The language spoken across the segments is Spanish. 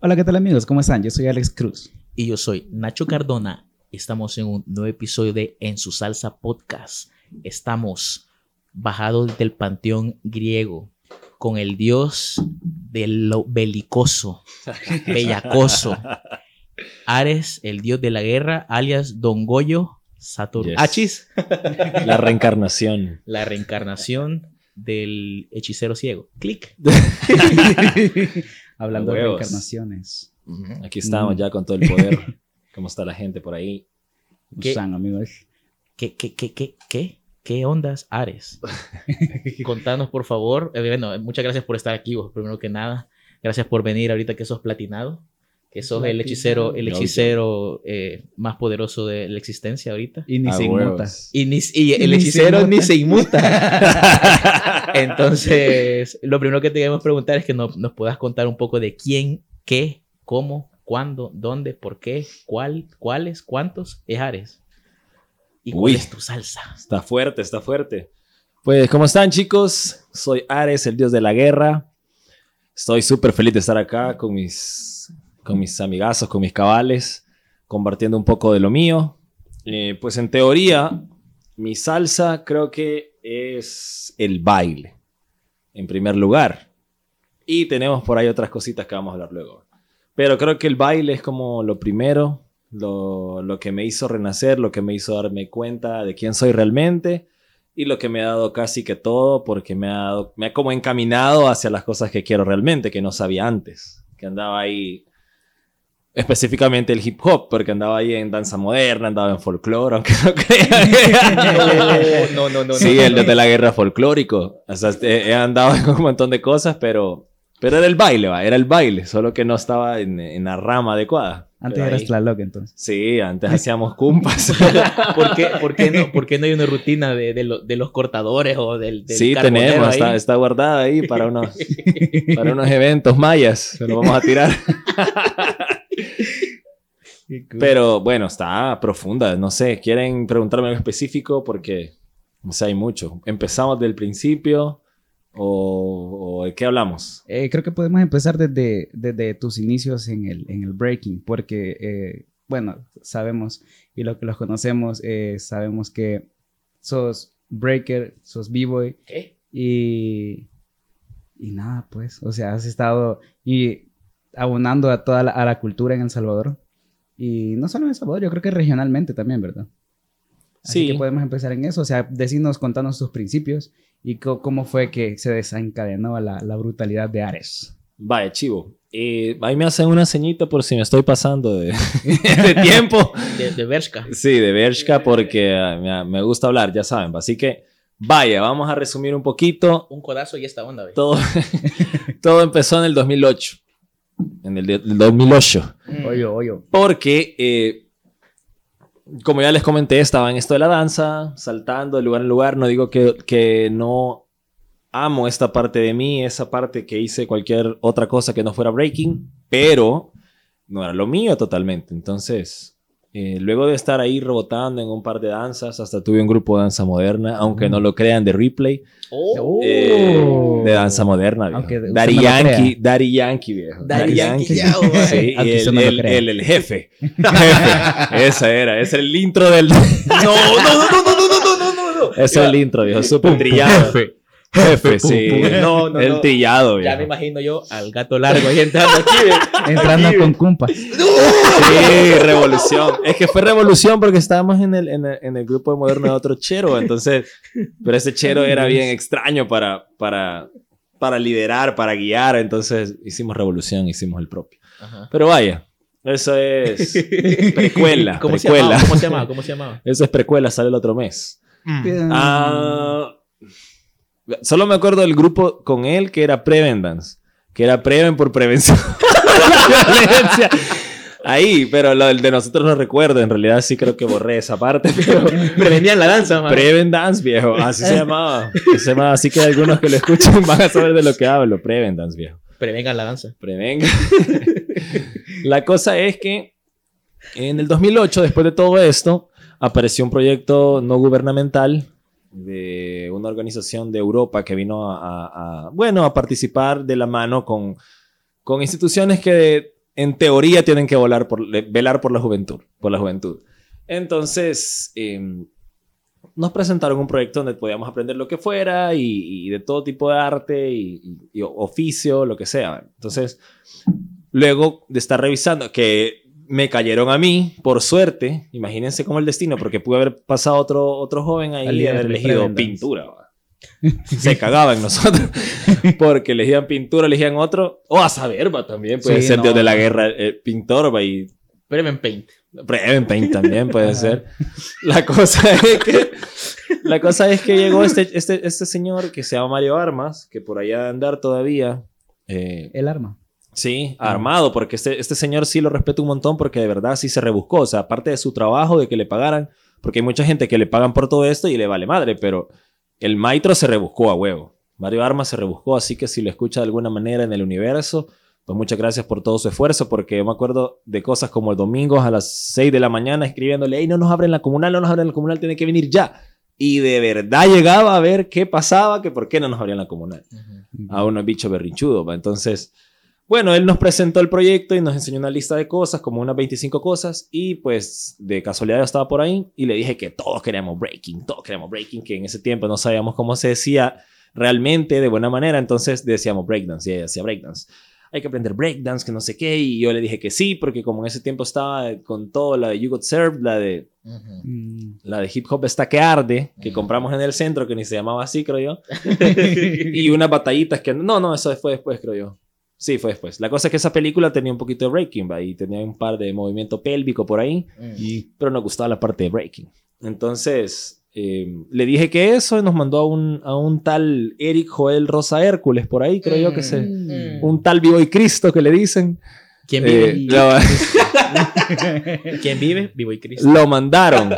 Hola, ¿qué tal amigos? ¿Cómo están? Yo soy Alex Cruz. Y yo soy Nacho Cardona. Estamos en un nuevo episodio de En su Salsa Podcast. Estamos bajados del panteón griego con el dios de lo belicoso, bellacoso. Ares, el dios de la guerra, alias Don Goyo Saturno. Yes. Achis. La reencarnación. La reencarnación del hechicero ciego. Clic. Hablando de Huevos. reencarnaciones. Aquí estamos ya con todo el poder. ¿Cómo está la gente por ahí? ¿Cómo ¿Qué? están, amigos? ¿Qué ondas, Ares? Contanos, por favor. Bueno, muchas gracias por estar aquí, vos, primero que nada. Gracias por venir ahorita que sos platinado. Que sos el hechicero más poderoso de la existencia ahorita. Y ni se inmuta. Y el Ni hechicero se ni se inmuta. Entonces, lo primero que te queremos preguntar es que nos puedas contar un poco de quién, qué, cómo, cuándo, dónde, por qué, cuáles, cuántos es Ares. ¿Y cuál Uy. es tu salsa? Está fuerte, está fuerte. Pues, ¿cómo están, chicos? Soy Ares, el dios de la guerra. Estoy súper feliz de estar acá con mis amigazos, con mis cabales, compartiendo un poco de lo mío. Pues, en teoría, mi salsa creo que es el baile, en primer lugar. Y tenemos por ahí otras cositas que vamos a hablar luego. Pero creo que el baile es como lo primero, lo que me hizo renacer, lo que me hizo darme cuenta de quién soy realmente y lo que me ha dado casi que todo, porque me ha como encaminado hacia las cosas que quiero realmente, que no sabía antes, que andaba ahí, específicamente el hip hop, porque andaba ahí en danza moderna, andaba en folclore, aunque no crean. No. Sí, el de la guerra folclórico. O sea, he andado en un montón de cosas, pero era el baile, era el baile, solo que no estaba en la rama adecuada. Antes Pero eras ahí- Tlaloc, entonces. Sí, antes hacíamos cumpas. ¿Por qué no hay una rutina de los cortadores o del Sí, carbonero tenemos, ahí? está guardada ahí para unos eventos mayas. Se lo vamos a tirar. Pero bueno, está profunda. No sé, ¿quieren preguntarme algo específico? Porque, no sé, hay mucho. ¿Empezamos del principio o de qué hablamos? Creo que podemos empezar desde tus inicios en el breaking, porque, bueno, sabemos, y lo que los conocemos, sabemos que sos breaker, sos b-boy, ¿Qué? y nada, pues, o sea, has estado abonando a toda a la cultura en El Salvador, y no solo en El Salvador, yo creo que regionalmente también, ¿verdad? Así Sí. que podemos empezar en eso, o sea, contanos tus principios y cómo fue que se desencadenó la brutalidad de Ares. Vaya, chivo. Ahí me hacen una ceñita por si me estoy pasando de tiempo. De Bershka. Sí, de Bershka, porque me gusta hablar, ya saben. Así que, vaya, vamos a resumir un poquito. Un codazo y esta onda, ¿ves? Todo empezó en el 2008. En el 2008. Oyo. Porque, como ya les comenté, estaba en esto de la danza, saltando de lugar en lugar. No digo que no amo esta parte de mí, esa parte que hice cualquier otra cosa que no fuera breaking, pero no era lo mío totalmente. Entonces, luego de estar ahí rebotando en un par de danzas, hasta tuve un grupo de danza moderna, aunque no lo crean, de replay. Oh. De danza moderna, viejo. Aunque usted Daddy no lo Yankee, Daddy Yankee, viejo. Daddy Yankee, ya, güey. Sí, Aunque y usted no lo crea. el jefe. Ese es el intro del... No. Ese es el intro, viejo. Súper trillado. Jefe, sí. No. El trillado, viejo. Ya me imagino yo al gato largo ahí entrando aquí, ¿ves? Entrando con compas. Sí, revolución. Es que fue revolución porque estábamos en el grupo de moderno de otro chero. Entonces, pero ese chero era bien extraño para liderar, para guiar. Entonces, hicimos revolución, hicimos el propio. Ajá. Pero vaya, eso es precuela. ¿Cómo se llamaba? Eso es precuela, sale el otro mes. Solo me acuerdo del grupo con él que era Prevendance, que era Preven por prevención de la violencia. Ahí, pero lo de nosotros no recuerdo. En realidad sí creo que borré esa parte. Pero Prevenían la danza, man. Prevendance, viejo. Así se llamaba. Así que algunos que lo escuchen van a saber de lo que hablo. Prevendance, viejo. Prevengan la danza. Prevenga. La cosa es que en el 2008, después de todo esto, apareció un proyecto no gubernamental de una organización de Europa que vino a participar de la mano con instituciones que en teoría tienen que velar por la juventud. Entonces, nos presentaron un proyecto donde podíamos aprender lo que fuera y de todo tipo de arte y oficio, lo que sea. Entonces, luego de estar revisando, que me cayeron a mí, por suerte, imagínense cómo el destino, porque pude haber pasado otro joven ahí y haber elegido pintura. Se cagaba en nosotros porque elegían pintura, elegían otro, o a saber, también puede ser Dios de la Guerra, pintor, y Breven Paint también puede ser. La cosa es que llegó este señor que se llama Mario Armas, que por allá de andar todavía. El arma. Sí, armado, porque este señor sí lo respeto un montón porque de verdad sí se rebuscó. O sea, aparte de su trabajo, de que le pagaran, porque hay mucha gente que le pagan por todo esto y le vale madre, pero el maestro se rebuscó a huevo. Mario Armas se rebuscó, así que si lo escucha de alguna manera en el universo, pues muchas gracias por todo su esfuerzo, porque yo me acuerdo de cosas como el domingo a las 6 de la mañana escribiéndole, hey, no nos abren la comunal, tiene que venir ya. Y de verdad llegaba a ver qué pasaba, que por qué no nos abrían la comunal. A unos bichos berrinchudos. Entonces, bueno, él nos presentó el proyecto y nos enseñó una lista de cosas, como unas 25 cosas, y pues de casualidad yo estaba por ahí y le dije que todos queríamos breaking, que en ese tiempo no sabíamos cómo se decía realmente de buena manera, entonces decíamos breakdance, y ella decía breakdance. Hay que aprender breakdance, que no sé qué, y yo le dije que sí, porque como en ese tiempo estaba con todo la de You Got Served, la de Hip Hop Está que Arde, que compramos en el centro, que ni se llamaba así, creo yo, y unas batallitas que, no, eso fue después, creo yo. Sí, fue después. La cosa es que esa película tenía un poquito de breaking, y tenía un par de movimiento pélvico por ahí, pero nos gustaba la parte de breaking. Entonces, le dije que eso y nos mandó a un tal Eric Joel Rosa Hércules por ahí, creo yo que un tal Vivo y Cristo que le dicen. ¿Quién vive? ¿Quién vive? Vivo y Cristo. Lo mandaron.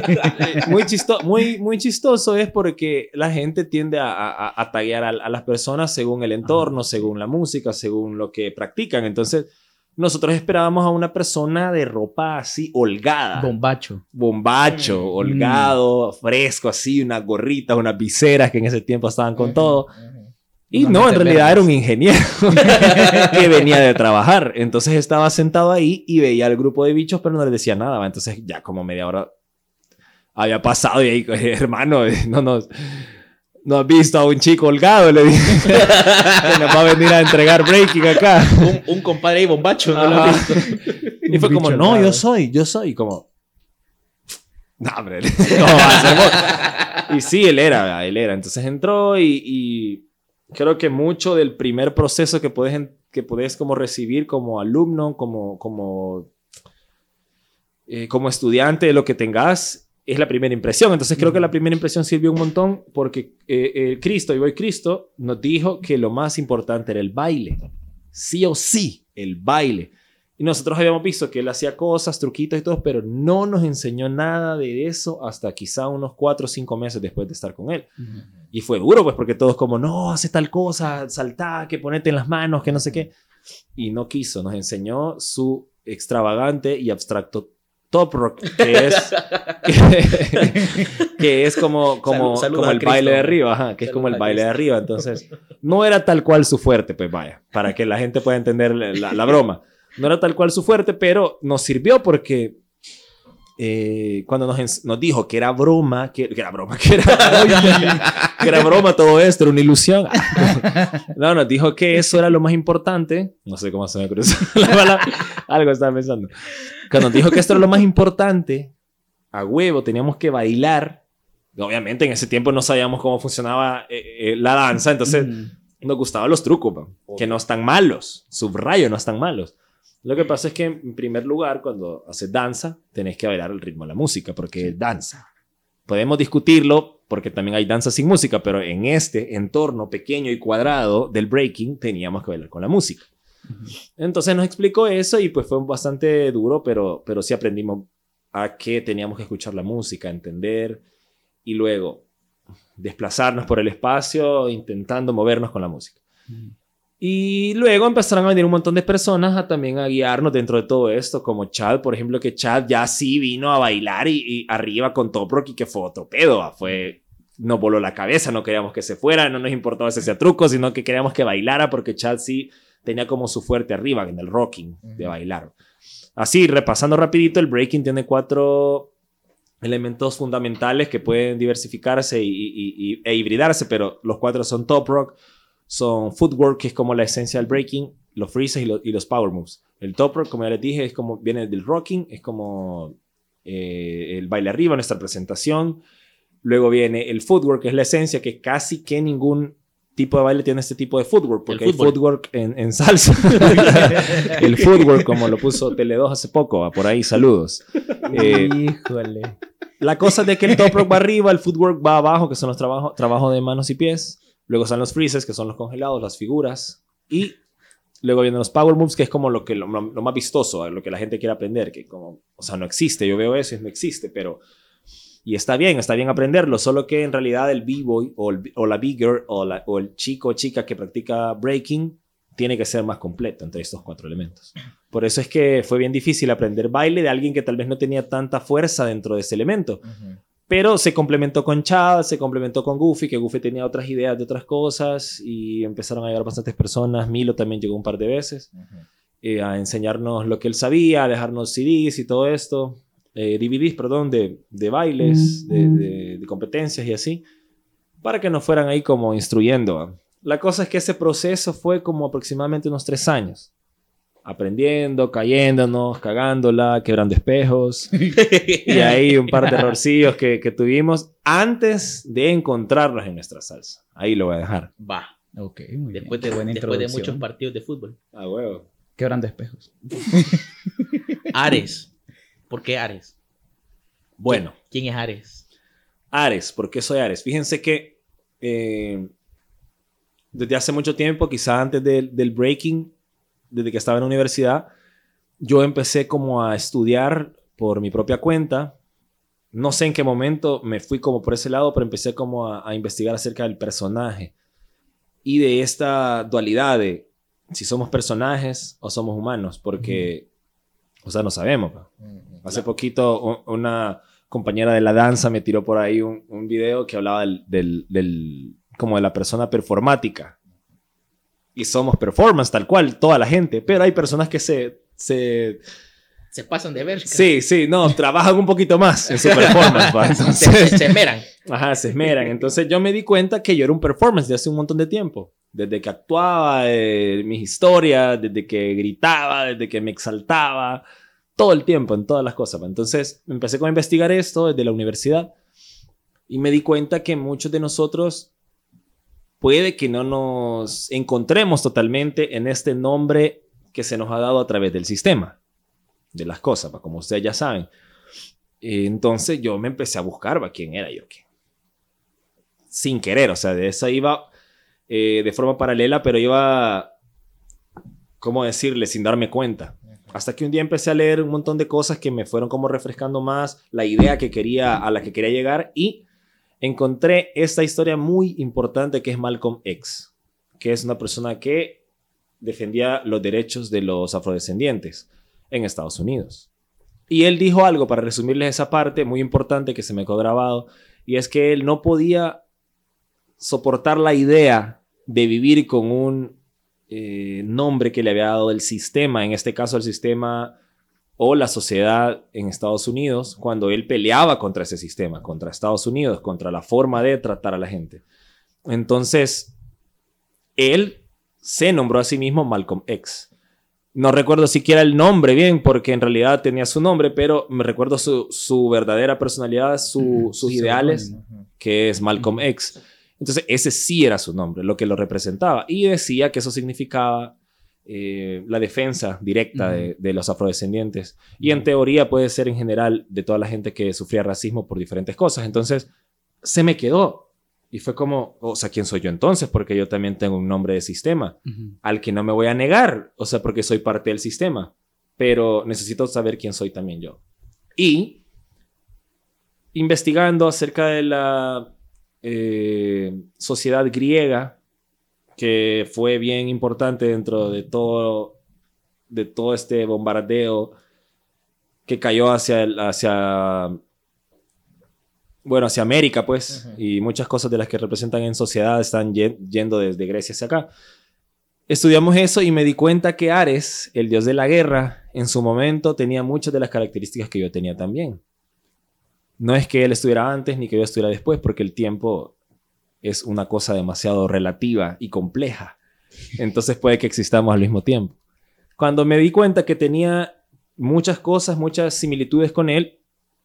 Muy chistoso es porque la gente tiende a taguear a las personas según el entorno, según la música, según lo que practican. Entonces, nosotros esperábamos a una persona de ropa así holgada. Bombacho, holgado, fresco, así, unas gorritas, unas viseras que en ese tiempo estaban con todo. Y no, en realidad era un ingeniero que venía de trabajar. Entonces estaba sentado ahí y veía al grupo de bichos, pero no les decía nada. Entonces ya como media hora había pasado y ahí, hermano, no has visto a un chico holgado, le dije, que nos va a venir a entregar breaking acá. Un compadre ahí bombacho, no lo he visto. Y fue como, no, yo soy, como... No, hombre, y sí, él era. Entonces entró y creo que mucho del primer proceso que puedes como recibir como alumno, como estudiante de lo que tengas, es la primera impresión. Entonces creo que la primera impresión sirvió un montón porque Cristo nos dijo que lo más importante era el baile. Sí o sí, el baile. Y nosotros habíamos visto que él hacía cosas, truquitos y todo, pero no nos enseñó nada de eso hasta quizá unos 4 o 5 meses después de estar con él. Y fue duro, pues, porque todos como, no, hace tal cosa, saltá, que ponete en las manos, que no sé qué. Y no quiso, nos enseñó su extravagante y abstracto top rock, que es como el baile de arriba, que es como el baile de arriba. Entonces, no era tal cual su fuerte, pues vaya, para que la gente pueda entender la broma. No era tal cual su fuerte, pero nos sirvió porque cuando nos dijo que era broma, que era broma todo esto, era una ilusión. No, nos dijo que eso era lo más importante. No sé cómo se me cruzó la palabra. Algo estaba pensando. Cuando nos dijo que esto era lo más importante, a huevo teníamos que bailar. Obviamente en ese tiempo no sabíamos cómo funcionaba la danza, entonces nos gustaban los trucos, que no están malos. Subrayo, no están malos. Lo que pasa es que, en primer lugar, cuando haces danza, tenés que bailar el ritmo de la música, porque es danza. Podemos discutirlo, porque también hay danza sin música, pero en este entorno pequeño y cuadrado del breaking, teníamos que bailar con la música. Entonces nos explicó eso y pues fue bastante duro, pero sí aprendimos a que teníamos que escuchar la música, entender, y luego desplazarnos por el espacio, intentando movernos con la música. Y luego empezaron a venir un montón de personas también a guiarnos dentro de todo esto, como Chad, por ejemplo, que Chad ya sí vino a bailar y arriba con Top Rock y que fue otro pedo, nos voló la cabeza, no queríamos que se fuera, no nos importaba si hacía trucos, sino que queríamos que bailara porque Chad sí tenía como su fuerte arriba, en el rocking, de bailar. Así, repasando rapidito, el breaking tiene 4 elementos fundamentales que pueden diversificarse e hibridarse, pero los 4 son top rock, son footwork, que es como la esencia del breaking, los freezes y los power moves. El top rock, como ya les dije, es como viene del rocking, es como el baile arriba, nuestra presentación. Luego viene el footwork, que es la esencia, que casi que ningún tipo de baile tiene este tipo de footwork, porque hay footwork en salsa. El footwork, como lo puso Tele2 hace poco, por ahí, saludos. Híjole. La cosa es de que el top rock va arriba, el footwork va abajo, que son los trabajos de manos y pies. Luego están los freezes, que son los congelados, las figuras. Y luego vienen los power moves, que es como lo más vistoso, lo que la gente quiere aprender, que como, o sea, no existe. Yo veo eso y no existe, pero... Y está bien aprenderlo, solo que en realidad el b-boy o la b-girl o el chico o chica que practica breaking tiene que ser más completo entre estos 4 elementos. Por eso es que fue bien difícil aprender baile de alguien que tal vez no tenía tanta fuerza dentro de ese elemento. Pero se complementó con Chad, se complementó con Goofy, que Goofy tenía otras ideas de otras cosas y empezaron a llegar bastantes personas. Milo también llegó un par de veces a enseñarnos lo que él sabía, a dejarnos CDs y todo esto. DVDs, perdón, de bailes, de competencias y así, para que nos fueran ahí como instruyendo. La cosa es que ese proceso fue como aproximadamente unos 3 años. Aprendiendo, cayéndonos, cagándola, quebrando espejos. Y ahí un par de errorcillos que tuvimos antes de encontrarnos en nuestra salsa. Ahí lo voy a dejar. Va. Ok, muy Después bien. de muchos partidos de fútbol. Ah, huevo. Quebrando espejos. Ares. ¿Por qué Ares? Bueno. ¿Quién es Ares? Ares, ¿por qué soy Ares? Fíjense que desde hace mucho tiempo, quizá antes del breaking, desde que estaba en la universidad, yo empecé como a estudiar por mi propia cuenta. No sé en qué momento me fui como por ese lado, pero empecé como a investigar acerca del personaje y de esta dualidad de si somos personajes o somos humanos, porque, o sea, no sabemos. Hace poquito una compañera de la danza me tiró por ahí un video que hablaba como de la persona performática. Y somos performance, tal cual, toda la gente. Pero hay personas que se pasan de ver. Sí, no, trabajan un poquito más en su performance. Entonces, se esmeran. Ajá, se esmeran. Entonces yo me di cuenta que yo era un performance de hace un montón de tiempo. Desde que actuaba, mis historias, desde que gritaba, desde que me exaltaba. Todo el tiempo, en todas las cosas. Entonces empecé a investigar esto desde la universidad y me di cuenta que muchos de nosotros puede que no nos encontremos totalmente en este nombre que se nos ha dado a través del sistema, de las cosas, como ustedes ya saben. Entonces yo me empecé a buscar quién era yo. Sin querer, o sea, de eso iba de forma paralela, pero iba, ¿cómo decirle? Sin darme cuenta. Hasta que un día empecé a leer un montón de cosas que me fueron como refrescando más la idea a la que quería llegar y encontré esta historia muy importante que es Malcolm X, que es una persona que defendía los derechos de los afrodescendientes en Estados Unidos. Y él dijo algo, para resumirles esa parte, muy importante que se me quedó grabado, y es que él no podía soportar la idea de vivir con un nombre que le había dado el sistema, en este caso el sistema o la sociedad en Estados Unidos, cuando él peleaba contra ese sistema, contra Estados Unidos, contra la forma de tratar a la gente. Entonces, él se nombró a sí mismo Malcolm X. No recuerdo siquiera el nombre bien, porque en realidad tenía su nombre, pero me recuerdo su verdadera personalidad, sus ideales, que es Malcolm X. Entonces, ese sí era su nombre, lo que lo representaba. Y decía que eso significaba la defensa directa de los afrodescendientes. Y en teoría puede ser en general de toda la gente que sufría racismo por diferentes cosas. Entonces, se me quedó. Y fue como, o sea, ¿quién soy yo entonces? Porque yo también tengo un nombre de sistema al que no me voy a negar. O sea, porque soy parte del sistema. Pero necesito saber quién soy también yo. Y investigando acerca de la sociedad griega, que fue bien importante dentro de todo este bombardeo que cayó hacia América, pues, y muchas cosas de las que representan en sociedad están yendo desde Grecia hacia acá. estudiamos eso y me di cuenta que Ares, el dios de la guerra, en su momento tenía muchas de las características que yo tenía también. No es que él estuviera antes ni que yo estuviera después, porque el tiempo es una cosa demasiado relativa y compleja. Entonces puede que existamos al mismo tiempo. Cuando me di cuenta que tenía muchas cosas, muchas similitudes con él,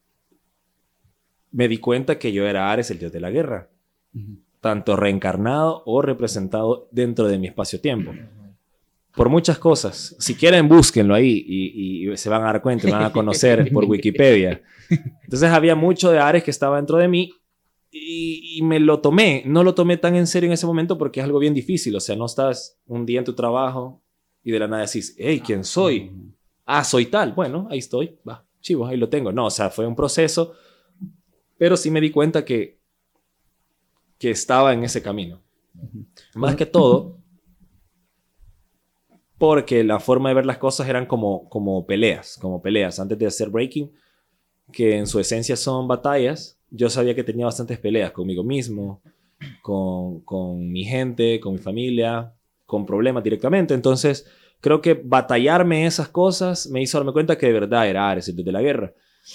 me di cuenta que yo era Ares, el dios de la guerra. Tanto reencarnado o representado dentro de mi espacio-tiempo. Por muchas cosas. Si quieren, búsquenlo ahí y se van a dar cuenta, van a conocer por Wikipedia. Entonces había mucho de Ares que estaba dentro de mí y me lo tomé. No lo tomé tan en serio en ese momento porque es algo bien difícil. O sea, no estás un día en tu trabajo y de la nada decís, hey, ¿quién soy? Ah, soy tal. Bueno, ahí estoy. Va, chivo, ahí lo tengo. No, o sea, fue un proceso. Pero sí me di cuenta que estaba en ese camino. Más que todo, porque la forma de ver las cosas eran como peleas. Antes de hacer breaking, que en su esencia son batallas, yo sabía que tenía bastantes peleas conmigo mismo, con mi gente, con mi familia, con problemas directamente. Entonces, creo que batallarme esas cosas me hizo darme cuenta que de verdad era Ares, el dios de la guerra.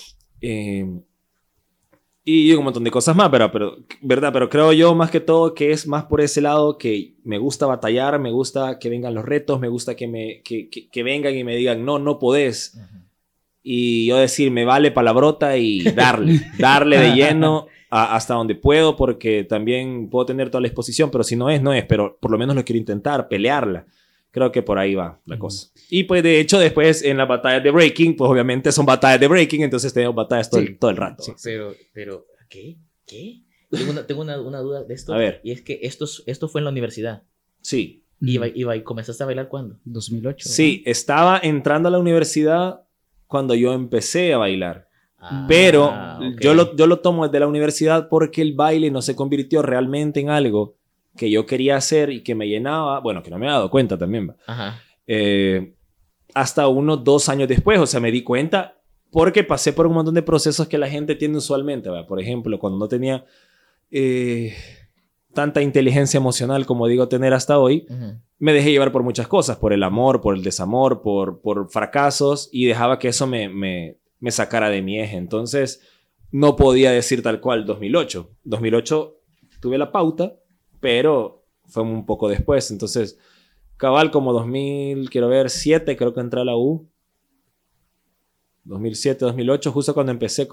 Y un montón de cosas más, pero creo yo más que todo que es más por ese lado que me gusta batallar, me gusta que vengan los retos, me gusta que vengan y me digan, no podés. Y yo decir, me vale palabrota y darle de lleno hasta donde puedo, porque también puedo tener toda la exposición, pero si no es, pero por lo menos lo quiero intentar, pelearla. Creo que por ahí va la cosa. Y pues de hecho después en las batallas de breaking, pues obviamente son batallas de breaking, entonces tenemos batallas todo el rato. Sí, pero ¿qué? Tengo una duda de esto. A ver. Y es que esto fue en la universidad. Sí. ¿Y comenzaste a bailar cuándo? 2008. Sí, estaba entrando a la universidad cuando yo empecé a bailar. Pero okay. yo lo tomo desde la universidad porque el baile no se convirtió realmente en algo que yo quería hacer y que me llenaba, bueno, que no me había dado cuenta también, Ajá. Hasta unos 2 años después, o sea, me di cuenta porque pasé por un montón de procesos que la gente tiene usualmente, ¿verdad? Por ejemplo, cuando no tenía tanta inteligencia emocional como digo tener hasta hoy, me dejé llevar por muchas cosas, por el amor, por el desamor, por fracasos, y dejaba que eso me sacara de mi eje. Entonces, no podía decir tal cual 2008. 2008 tuve la pauta, pero fue un poco después. Entonces, cabal como 2007, creo que entré a la U. 2007, 2008, justo cuando empecé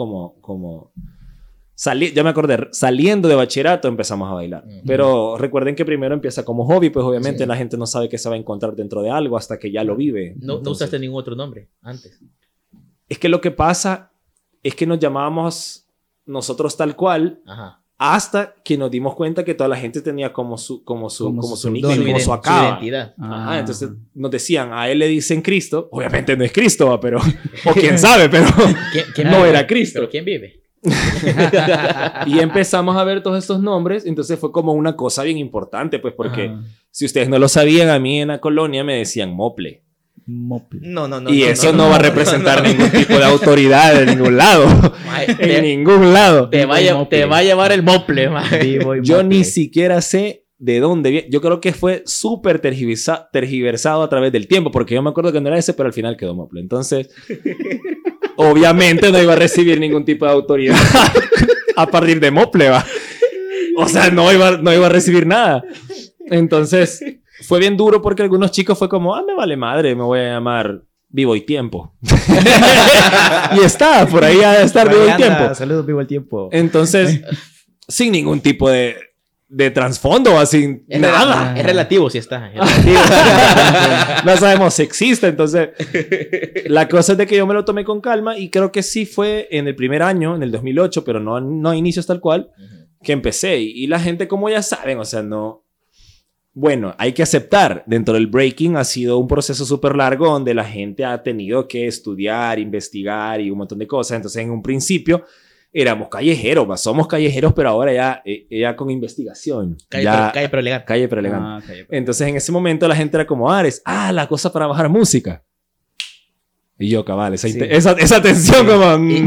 ya me acordé, saliendo de bachillerato empezamos a bailar. Pero recuerden que primero empieza como hobby, pues obviamente la gente no sabe qué se va a encontrar dentro de algo hasta que ya lo vive. ¿No usaste ningún otro nombre antes? Es que lo que pasa es que nos llamábamos nosotros tal cual. Ajá. Hasta que nos dimos cuenta que toda la gente tenía como su nickname, como su acá. Su identidad. Ajá, entonces nos decían, a él le dicen Cristo. Obviamente no es Cristo, pero... O quién sabe, pero... ¿Quién no vive? era Cristo. ¿Pero quién vive? Y empezamos a ver todos estos nombres. Entonces fue como una cosa bien importante, pues, porque si ustedes no lo sabían, a mí en la colonia me decían Mople. No. Y eso no va a representar ningún tipo de autoridad de ningún lado. En ningún lado. Te va a llevar el Mople. Yo ni siquiera sé de dónde viene. Yo creo que fue súper tergiversado a través del tiempo, porque yo me acuerdo que no era ese, pero al final quedó Mople. Entonces, obviamente no iba a recibir ningún tipo de autoridad a partir de Mople, ¿va? O sea, no iba a recibir nada. Entonces... fue bien duro porque algunos chicos fue como, me vale madre, me voy a llamar Vivo y Tiempo. Y está, por ahí ha de estar Vivo y Tiempo. Saludos, Vivo el Tiempo. Entonces, sin ningún tipo de trasfondo, así, nada. Es relativo si está. No sabemos si existe, entonces, la cosa es de que yo me lo tomé con calma y creo que sí fue en el primer año, en el 2008, pero no a inicios tal cual, que empecé. Y la gente, como ya saben, o sea, no... Bueno, hay que aceptar, dentro del breaking ha sido un proceso súper largo donde la gente ha tenido que estudiar, investigar y un montón de cosas. Entonces, en un principio éramos callejeros, somos callejeros, pero ahora ya con investigación. Calle pero elegante. Calle pero elegante. Entonces, en ese momento la gente era como, Ares, la cosa para bajar música. Y yo, cabal, esa tensión como... Y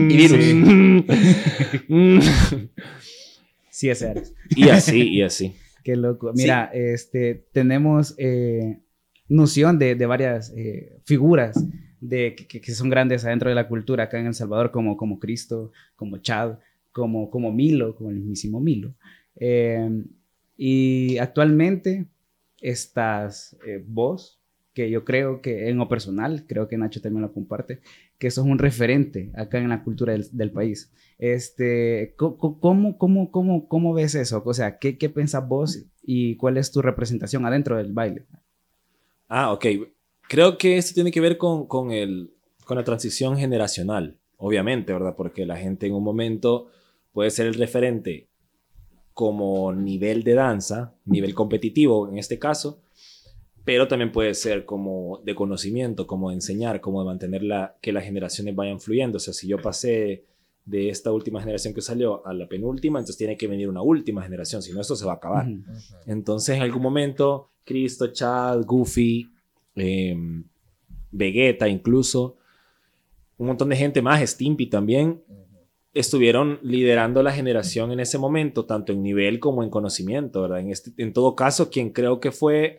virus. Sí, ese Ares. Y así. Qué loco. Mira, tenemos noción de varias figuras que son grandes adentro de la cultura acá en El Salvador, como Cristo, como Chad, como Milo, como el mismísimo Milo. Y actualmente estás vos, que yo creo que en lo personal, creo que Nacho también lo comparte, que sos un referente acá en la cultura del país. ¿Cómo ves eso? O sea, ¿qué pensás vos y cuál es tu representación adentro del baile? Ok. Creo que esto tiene que ver con la transición generacional, obviamente, ¿verdad? Porque la gente en un momento puede ser el referente como nivel de danza, nivel competitivo en este caso, pero también puede ser como de conocimiento, como de enseñar, como de mantener que las generaciones vayan fluyendo. O sea, si yo pasé de esta última generación que salió a la penúltima, entonces tiene que venir una última generación, si no esto se va a acabar. Entonces en algún momento Cristo, Chad, Goofy, Vegeta incluso, un montón de gente más, Stimpy también, estuvieron liderando la generación en ese momento, tanto en nivel como en conocimiento, ¿verdad? En todo caso, quien creo que fue,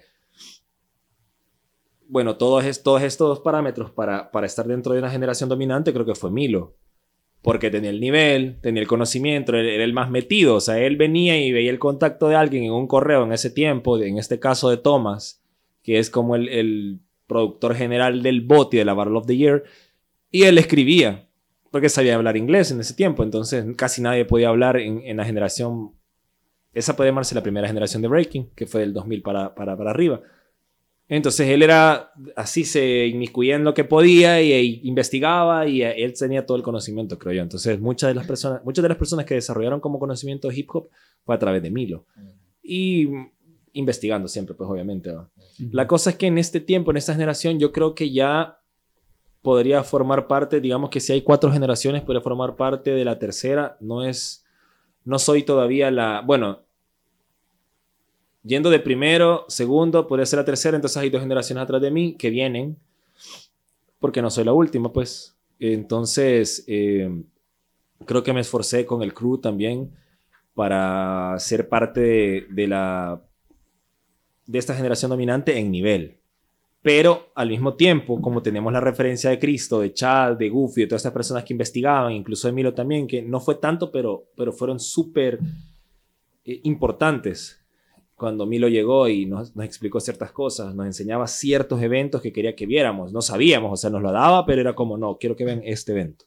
bueno, todos estos parámetros para estar dentro de una generación dominante, creo que fue Milo, porque tenía el nivel, tenía el conocimiento, era el más metido, o sea, él venía y veía el contacto de alguien en un correo en ese tiempo, en este caso de Thomas, que es como el productor general del BOTY, de la Battle of the Year, y él escribía, porque sabía hablar inglés en ese tiempo, entonces casi nadie podía hablar en la generación, esa puede llamarse la primera generación de breaking, que fue del 2000 para arriba. Entonces él era así, se inmiscuía en lo que podía y investigaba, y él tenía todo el conocimiento, creo yo. Entonces muchas de las personas que desarrollaron como conocimiento de hip hop fue a través de Milo. Y investigando siempre, pues obviamente. ¿No? La cosa es que en este tiempo, en esta generación, yo creo que ya podría formar parte, digamos que si hay 4 generaciones, podría formar parte de la tercera. No soy todavía bueno, yendo de primero, segundo, podría ser la tercera, entonces hay 2 generaciones atrás de mí que vienen, porque no soy la última, pues. Entonces, creo que me esforcé con el crew también para ser parte de esta generación dominante en nivel. Pero al mismo tiempo, como tenemos la referencia de Cristo, de Chad, de Goofy, de todas estas personas que investigaban, incluso de Milo también, que no fue tanto, pero fueron súper importantes. Cuando Milo llegó y nos explicó ciertas cosas, nos enseñaba ciertos eventos que quería que viéramos. No sabíamos, o sea, nos lo daba, pero era como, no, quiero que vean este evento.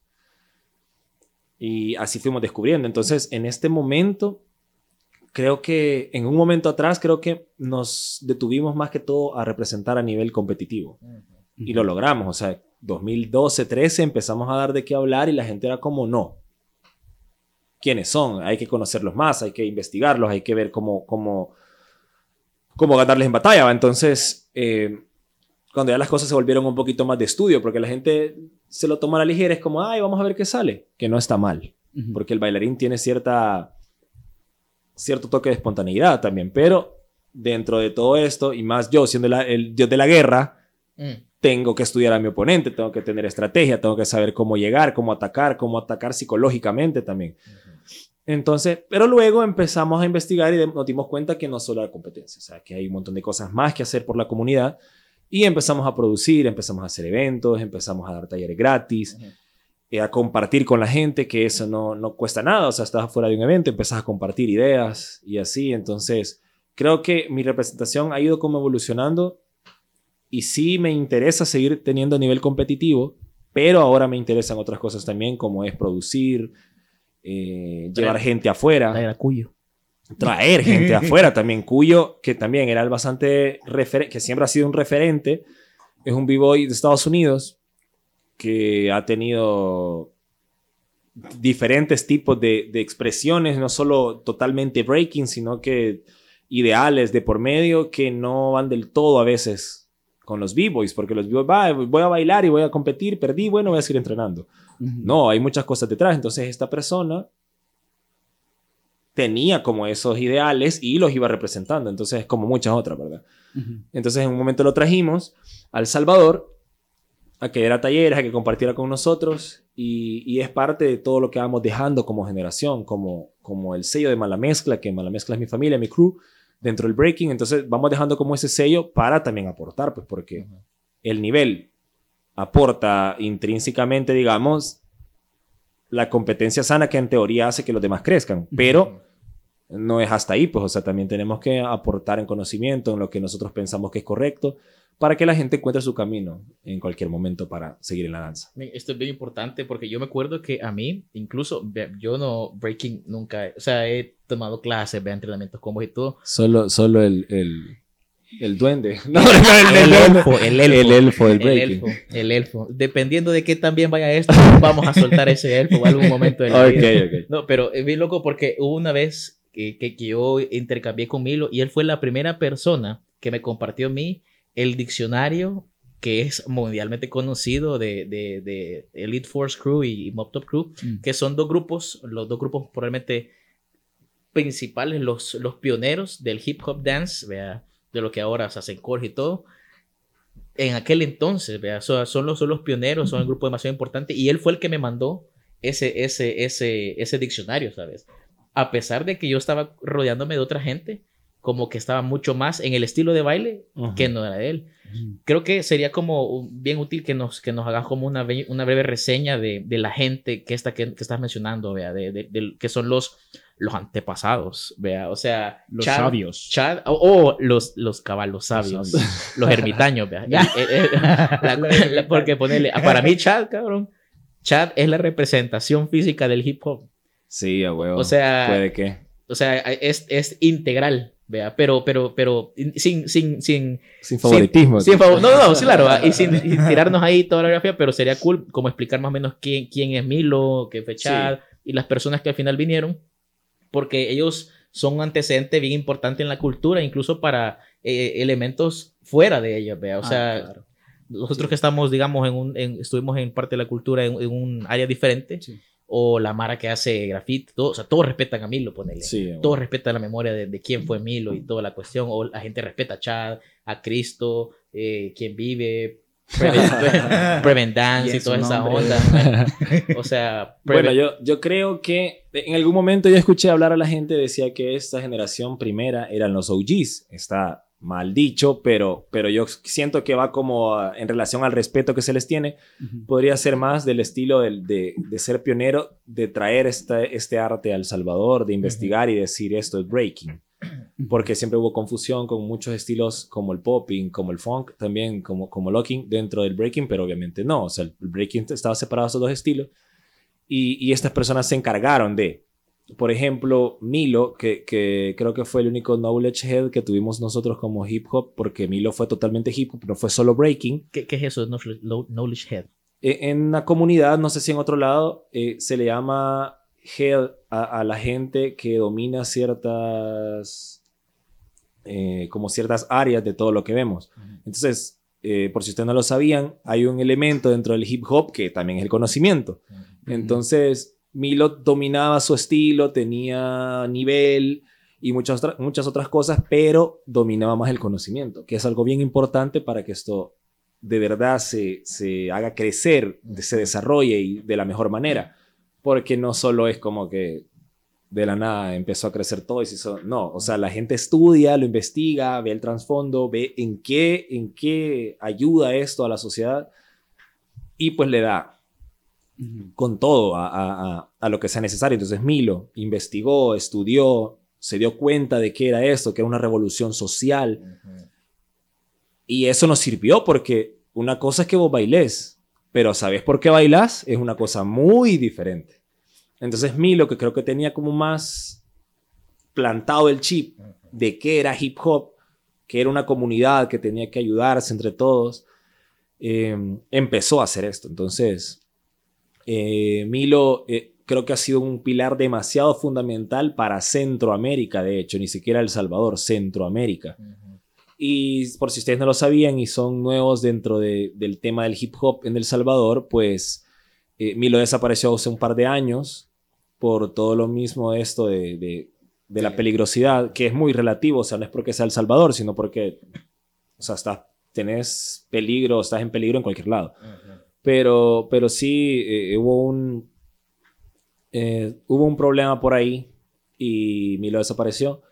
Y así fuimos descubriendo. Entonces, en este momento, creo que en un momento atrás, creo que nos detuvimos más que todo a representar a nivel competitivo. Y lo logramos. O sea, 2012, 13 empezamos a dar de qué hablar y la gente era como, no. ¿Quiénes son? Hay que conocerlos más, hay que investigarlos, hay que ver cómo ganarles en batalla. Entonces, cuando ya las cosas se volvieron un poquito más de estudio, porque la gente se lo toma a la ligera, es como, ay, vamos a ver qué sale. Que no está mal. Porque el bailarín tiene cierto toque de espontaneidad también, pero dentro de todo esto, y más yo siendo el dios de la guerra, tengo que estudiar a mi oponente, tengo que tener estrategia, tengo que saber cómo llegar, cómo atacar psicológicamente también. Entonces, pero luego empezamos a investigar y nos dimos cuenta que no solo la competencia, o sea, que hay un montón de cosas más que hacer por la comunidad, y empezamos a producir, empezamos a hacer eventos, empezamos a dar talleres gratis, a compartir con la gente, que eso no cuesta nada, o sea, estás fuera de un evento, empezás a compartir ideas y así. Entonces creo que mi representación ha ido como evolucionando y sí me interesa seguir teniendo nivel competitivo, pero ahora me interesan otras cosas también, como es producir, llevar gente afuera, traer gente afuera también. Cuyo, que también era el bastante que siempre ha sido un referente, es un b-boy de Estados Unidos que ha tenido diferentes tipos de expresiones, no solo totalmente breaking, sino que ideales de por medio que no van del todo a veces con los b-boys, porque los b-boys, voy a bailar y voy a competir, perdí, bueno, voy a seguir entrenando. No, hay muchas cosas detrás. Entonces esta persona tenía como esos ideales y los iba representando, entonces como muchas otras, ¿verdad? Entonces en un momento lo trajimos a El Salvador a que diera talleres, a que compartiera con nosotros, y es parte de todo lo que vamos dejando como generación, como el sello de Mala Mezcla, que Mala Mezcla es mi familia, mi crew, dentro del breaking. Entonces vamos dejando como ese sello para también aportar, pues porque el nivel aporta intrínsecamente, digamos, la competencia sana que en teoría hace que los demás crezcan, pero no es hasta ahí, pues, o sea, también tenemos que aportar en conocimiento, en lo que nosotros pensamos que es correcto, para que la gente encuentre su camino en cualquier momento para seguir en la danza. Esto es bien importante porque yo me acuerdo que a mí, incluso, yo no, breaking nunca, o sea, he tomado clases, entrenamientos combos y todo. Solo el duende. No, el elfo del breaking. El elfo. Dependiendo de qué tan bien vaya esto, vamos a soltar ese elfo en algún momento de la vida. Okay. No, pero es bien loco porque hubo una vez que yo intercambié con Milo y él fue la primera persona que me compartió a mí el diccionario que es mundialmente conocido de Elite Force Crew y Mob Top Crew, que son los dos grupos probablemente principales, los pioneros del hip hop dance, ¿vea? De lo que ahora se hacen core y todo. En aquel entonces, ¿vea? Son los pioneros, son el grupo demasiado importante y él fue el que me mandó ese diccionario, ¿sabes? A pesar de que yo estaba rodeándome de otra gente, como que estaba mucho más en el estilo de baile que no era de él. Creo que sería como bien útil que nos hagas como una breve reseña de la gente que estás mencionando, ¿vea? Que son los antepasados, ¿vea? O sea, los sabios. Los caballos sabios, los ermitaños, ¿vea? Porque ponerle, para mí Chad, cabrón, Chad es la representación física del hip hop. Sí, a huevo. O sea, puede que. O sea, es integral, ¿vea? Pero sin favoritismo. No, sí, claro, y sin tirarnos ahí toda la grafía, pero sería cool como explicar más o menos quién es Milo, qué fue Chad, y las personas que al final vinieron, porque ellos son un antecedente bien importante en la cultura, incluso para elementos fuera de ella, ¿vea? O sea, claro. Nosotros que estamos, digamos, estuvimos en parte de la cultura en un área diferente, o la mara que hace graffiti, todo, o sea, todos respetan a Milo, ponele. Sí, bueno. Todos respetan la memoria de quién fue Milo y toda la cuestión, o la gente respeta a Chad, a Cristo, quien vive, Prevent Dance y toda esa onda. O sea, bueno, yo creo que en algún momento yo escuché hablar a la gente, decía que esta generación primera eran los OGs. Está mal dicho, pero yo siento que va como en relación al respeto que se les tiene. Podría ser más del estilo de ser pionero, de traer este arte al Salvador, de investigar y decir esto es breaking. Porque siempre hubo confusión con muchos estilos como el popping, como el funk, también como locking dentro del breaking, pero obviamente no. O sea, el breaking estaba separado de esos dos estilos y estas personas se encargaron de, por ejemplo, Milo, que creo que fue el único knowledge head que tuvimos nosotros como hip hop, porque Milo fue totalmente hip hop, no fue solo breaking. ¿Qué es eso, knowledge head? En la comunidad, no sé si en otro lado, se le llama head a la gente que domina ciertas áreas de todo lo que vemos. Entonces, por si ustedes no lo sabían, hay un elemento dentro del hip hop que también es el conocimiento. Entonces, Milo dominaba su estilo, tenía nivel y muchas otras cosas, pero dominaba más el conocimiento, que es algo bien importante para que esto de verdad se haga crecer, se desarrolle y de la mejor manera. Porque no solo es como que de la nada empezó a crecer todo y se hizo... No, o sea, la gente estudia, lo investiga, ve el trasfondo, ve en qué ayuda esto a la sociedad y pues le da con todo a lo que sea necesario. Entonces Milo investigó, estudió, se dio cuenta de qué era esto, que era una revolución social. Y eso nos sirvió porque una cosa es que vos bailés, pero ¿sabes por qué bailás? Es una cosa muy diferente. Entonces Milo, que creo que tenía como más plantado el chip de qué era hip hop, que era una comunidad que tenía que ayudarse entre todos, empezó a hacer esto. Entonces... Milo creo que ha sido un pilar demasiado fundamental para Centroamérica, de hecho, ni siquiera El Salvador, Centroamérica. Y por si ustedes no lo sabían y son nuevos dentro del tema del hip hop en El Salvador, pues Milo desapareció hace un par de años por todo lo mismo esto de la peligrosidad, que es muy relativo, o sea, no es porque sea El Salvador, sino porque, o sea, tenés peligro, estás en peligro en cualquier lado. Pero sí hubo un problema por ahí y Milo desapareció.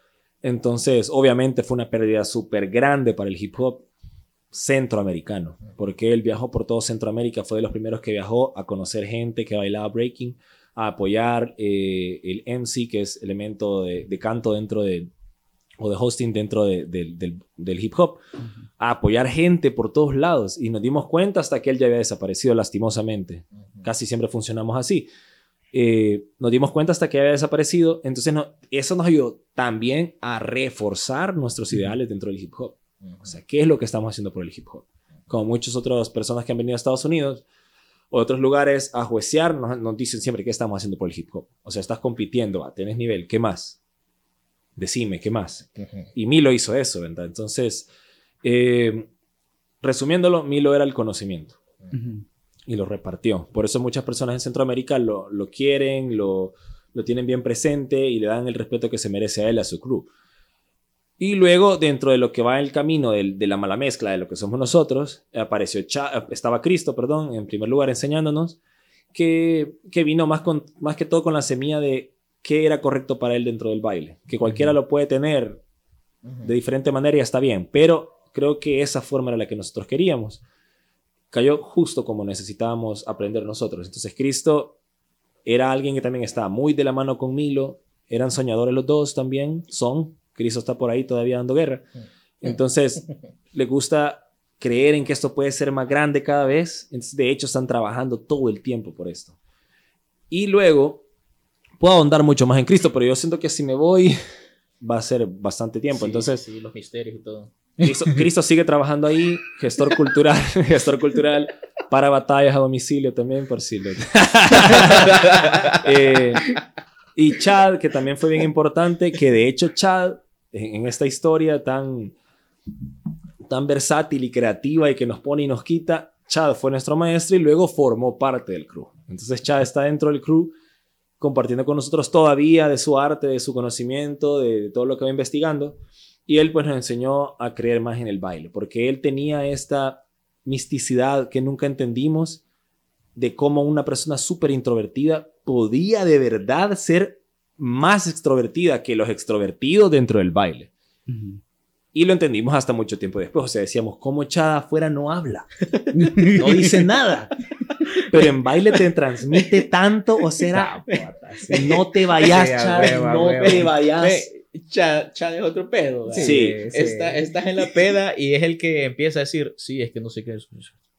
Entonces, obviamente fue una pérdida súper grande para el hip hop centroamericano, porque él viajó por todo Centroamérica, fue de los primeros que viajó a conocer gente que bailaba breaking, a apoyar el MC, que es elemento de canto dentro o de hosting dentro del hip hop, a apoyar gente por todos lados, y nos dimos cuenta hasta que él ya había desaparecido lastimosamente. Casi siempre funcionamos así. Nos dimos cuenta hasta que había desaparecido, entonces eso nos ayudó también a reforzar nuestros ideales dentro del hip hop. O sea, ¿qué es lo que estamos haciendo por el hip hop? Como muchas otras personas que han venido a Estados Unidos o otros lugares a juecear, nos dicen siempre qué estamos haciendo por el hip hop. O sea, estás compitiendo, tenés nivel, ¿qué más? Decime, ¿qué más? Y Milo hizo eso, ¿verdad? Entonces, resumiéndolo, Milo era el conocimiento. Y lo repartió. Por eso muchas personas en Centroamérica lo quieren, lo tienen bien presente y le dan el respeto que se merece a él, a su crew. Y luego, dentro de lo que va en el camino de la mala mezcla de lo que somos nosotros, estaba Cristo, en primer lugar enseñándonos, que vino más que todo con la semilla de qué era correcto para él dentro del baile. Que cualquiera lo puede tener de diferente manera y está bien, pero creo que esa forma era la que nosotros queríamos. Cayó justo como necesitábamos aprender nosotros. Entonces Cristo era alguien que también estaba muy de la mano con Milo, eran soñadores los dos también, Cristo está por ahí todavía dando guerra. Entonces, le gusta creer en que esto puede ser más grande cada vez. Entonces, de hecho, están trabajando todo el tiempo por esto. Y luego, puedo ahondar mucho más en Cristo, pero yo siento que si me voy, va a ser bastante tiempo. Sí, entonces, sí, los misterios y todo. Cristo sigue trabajando ahí, gestor cultural para batallas a domicilio también, por si lo... Y Chad, que también fue bien importante, que de hecho Chad, en esta historia tan versátil y creativa y que nos pone y nos quita, Chad fue nuestro maestro y luego formó parte del crew. Entonces Chad está dentro del crew compartiendo con nosotros todavía de su arte, de su conocimiento, de todo lo que va investigando. Y él pues nos enseñó a creer más en el baile, porque él tenía esta misticidad que nunca entendimos de cómo una persona súper introvertida podía de verdad ser más extrovertida que los extrovertidos dentro del baile. Y lo entendimos hasta mucho tiempo después. O sea, decíamos, ¿cómo Chad afuera no habla? No dice nada. Pero en baile te transmite tanto, o sea, no te vayas, Chad, no te vayas. Chad es otro pedo. Sí. Estás en la peda y es el que empieza a decir, sí, es que no sé qué es.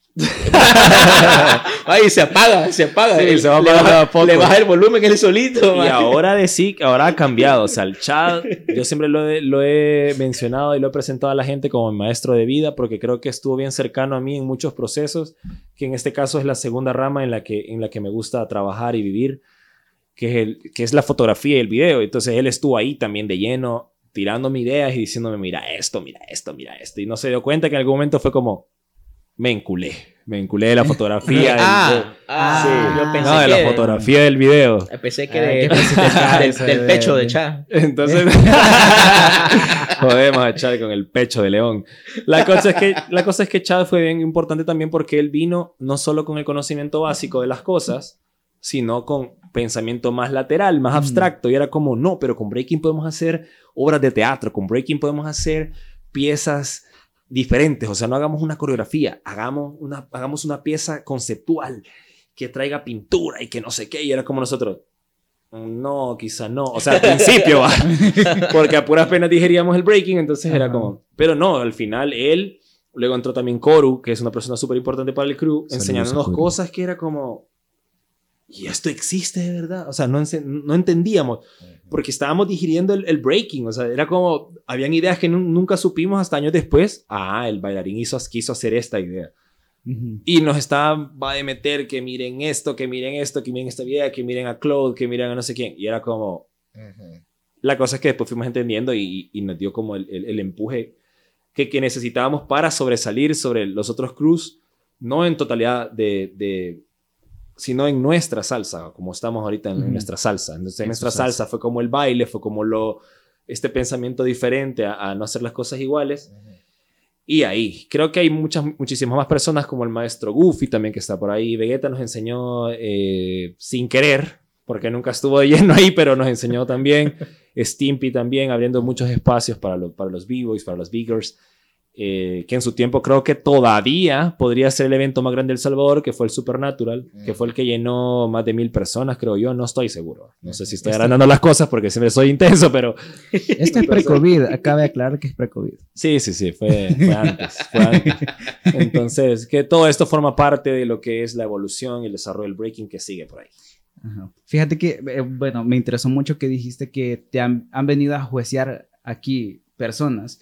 Ay, se apaga. Sí, se va a apagar poco. Le baja el volumen él solito. Y ahora ahora ha cambiado. O sea, el Chad, yo siempre lo he mencionado y lo he presentado a la gente como mi maestro de vida, porque creo que estuvo bien cercano a mí en muchos procesos, que en este caso es la segunda rama en la que me gusta trabajar y vivir, que es la fotografía y el video. Entonces él estuvo ahí también de lleno, tirándome ideas y diciéndome, mira esto. Y no se dio cuenta que en algún momento fue como, me enculé de la fotografía. Yo pensé de la fotografía del video. Pensé que del pecho de Chad. Entonces, jodemos a Chad con el pecho de león. La cosa es que Chad fue bien importante también porque él vino no solo con el conocimiento básico de las cosas, sino con pensamiento más lateral, más abstracto. Y era como, no, pero con breaking podemos hacer obras de teatro, con breaking podemos hacer piezas diferentes, o sea, no hagamos una coreografía, hagamos una pieza conceptual que traiga pintura y que no sé qué, y era como nosotros, no, quizá no, o sea, al principio, porque a puras penas digeríamos el breaking, entonces era como, pero no, al final él, luego entró también Koru, que es una persona súper importante para el crew, enseñándonos cosas que era como, ¿y esto existe de verdad? O sea, no entendíamos, porque estábamos digiriendo el breaking, o sea, era como, habían ideas que nunca supimos hasta años después, el bailarín quiso hacer esta idea. Y nos va de meter que miren esto, que miren esta idea, que miren a Claude, que miren a no sé quién, y era como, la cosa es que después fuimos entendiendo y nos dio como el empuje que necesitábamos para sobresalir sobre los otros crews, no en totalidad sino en nuestra salsa, como estamos ahorita en nuestra salsa. Entonces, nuestra salsa fue como el baile, fue como este pensamiento diferente a no hacer las cosas iguales. Y ahí, creo que hay muchísimas más personas como el maestro Goofy también que está por ahí. Vegeta nos enseñó sin querer, porque nunca estuvo de lleno ahí, pero nos enseñó también. Stimpy también, abriendo muchos espacios para los B-Boys, para los Biggers. Que en su tiempo creo que todavía podría ser el evento más grande de El Salvador, que fue el Supernatural, que fue el que llenó más de 1,000 personas, creo yo. No estoy seguro. No sé si estoy agrandando las cosas porque siempre soy intenso, pero... Esto es pre-COVID. Acaba de aclarar que es pre-COVID. Sí. Fue antes. Entonces, que todo esto forma parte de lo que es la evolución y el desarrollo del breaking que sigue por ahí. Ajá. Fíjate que, bueno, me interesó mucho que dijiste que te han venido a juecear aquí personas.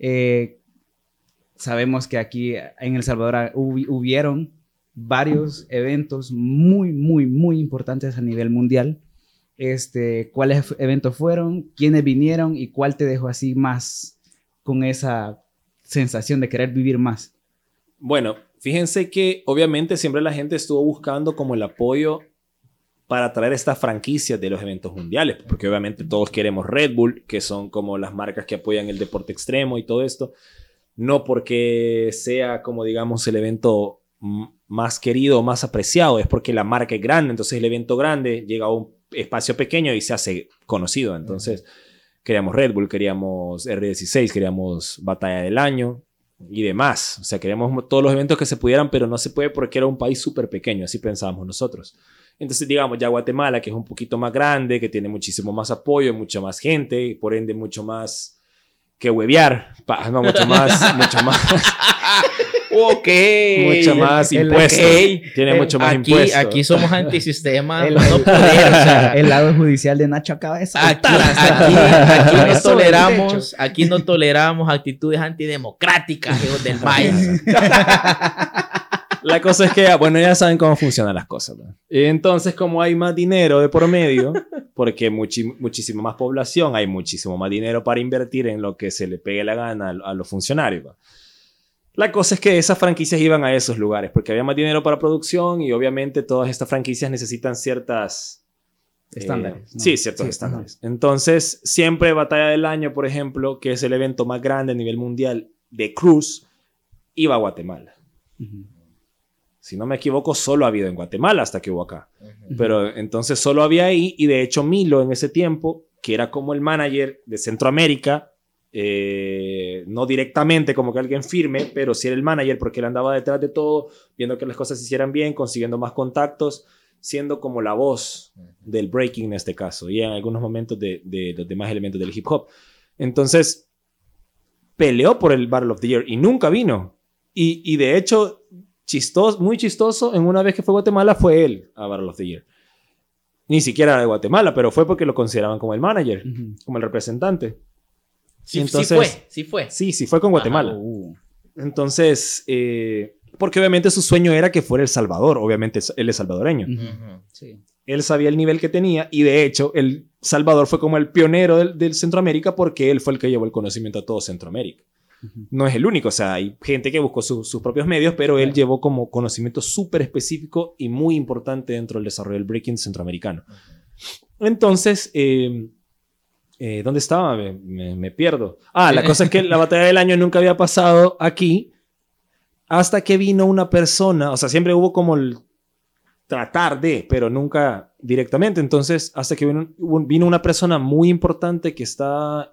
Sabemos que aquí en El Salvador hubieron varios eventos muy, muy, muy importantes a nivel mundial. ¿Cuáles eventos fueron? ¿Quiénes vinieron? ¿Y cuál te dejó así más con esa sensación de querer vivir más? Bueno, fíjense que obviamente siempre la gente estuvo buscando como el apoyo para traer estas franquicias de los eventos mundiales, porque obviamente todos queremos Red Bull, que son como las marcas que apoyan el deporte extremo y todo esto. No porque sea como digamos el evento más querido o más apreciado, es porque la marca es grande, entonces el evento grande llega a un espacio pequeño y se hace conocido. Entonces queríamos Red Bull, queríamos R16, queríamos Batalla del Año y demás. O sea, queríamos todos los eventos que se pudieran, pero no se puede porque era un país súper pequeño, así pensábamos nosotros. Entonces, digamos, ya Guatemala, que es un poquito más grande, que tiene muchísimo más apoyo, mucha más gente, y por ende mucho más que huevear, no, mucho más, ok, mucho más impuestos, tiene mucho más impuestos. Aquí somos antisistema, no poder, o sea, el lado judicial de Nacho acaba de saltar. Aquí no toleramos actitudes antidemocráticas, hijos del maíz. La cosa es que, bueno, ya saben cómo funcionan las cosas, ¿no? Entonces, como hay más dinero de por medio, porque muchísima más población, hay muchísimo más dinero para invertir en lo que se le pegue la gana a los funcionarios, ¿no? La cosa es que esas franquicias iban a esos lugares, porque había más dinero para producción y obviamente todas estas franquicias necesitan ciertas... estándares. ¿No? Sí, ciertos estándares. Entonces, siempre Batalla del Año, por ejemplo, que es el evento más grande a nivel mundial de cruise, iba a Guatemala. Si no me equivoco, solo ha habido en Guatemala hasta que hubo acá. Pero entonces solo había ahí, y de hecho Milo en ese tiempo, que era como el manager de Centroamérica, no directamente como que alguien firme, pero sí era el manager porque él andaba detrás de todo, viendo que las cosas se hicieran bien, consiguiendo más contactos, siendo como la voz del breaking en este caso, y en algunos momentos de los demás elementos del hip hop. Entonces, peleó por el Battle of the Year y nunca vino. Y de hecho... muy chistoso, en una vez que fue a Guatemala fue él a Battle of the Year. Ni siquiera de Guatemala, pero fue porque lo consideraban como el manager, como el representante. Sí, entonces, sí fue. Sí fue con Guatemala. Entonces, porque obviamente su sueño era que fuera El Salvador, obviamente él es salvadoreño. Sí. Él sabía el nivel que tenía y de hecho El Salvador fue como el pionero del Centroamérica porque él fue el que llevó el conocimiento a todo Centroamérica. No es el único, o sea, hay gente que buscó sus propios medios, pero él llevó como conocimiento súper específico y muy importante dentro del desarrollo del breaking centroamericano. Entonces, ¿dónde estaba? Me pierdo. La cosa es que la Batalla del Año nunca había pasado aquí hasta que vino una persona, o sea, siempre hubo como el tratar de, pero nunca directamente. Entonces, hasta que vino una persona muy importante que está...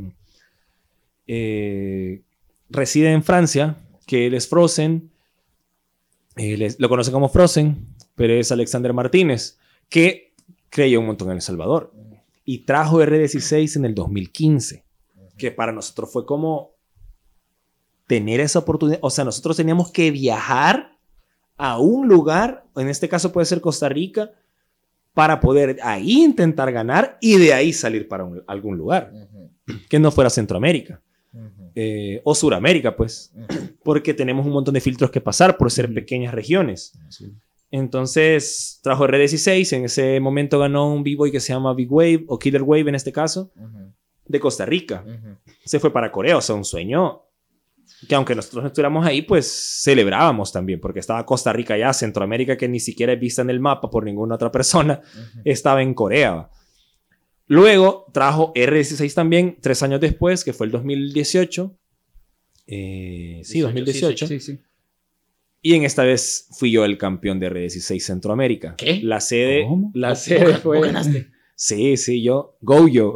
reside en Francia, que él es Frozen, lo conocen como Frozen, pero es Alexander Martínez, que creyó un montón en El Salvador y trajo R16 en el 2015, que para nosotros fue como tener esa oportunidad. O sea, nosotros teníamos que viajar a un lugar, en este caso puede ser Costa Rica, para poder ahí intentar ganar y de ahí salir para algún lugar que no fuera Centroamérica. O Suramérica, pues, porque tenemos un montón de filtros que pasar por ser pequeñas regiones. Entonces trajo R16, en ese momento ganó un B-Boy que se llama Big Wave o Killer Wave en este caso, de Costa Rica. Se fue para Corea, o sea, un sueño que aunque nosotros no estuviéramos ahí, pues celebrábamos también, porque estaba Costa Rica ya, Centroamérica, que ni siquiera es vista en el mapa por ninguna otra persona, estaba en Corea. Luego trajo R16 también, 3 años después, que fue el 2018. Sí, 2018. Sí. Y en esta vez fui yo el campeón de R16 Centroamérica. ¿Qué? La sede, ¿Cómo? la sede ¿Vos fue... ganaste? Sí, yo. Goyo.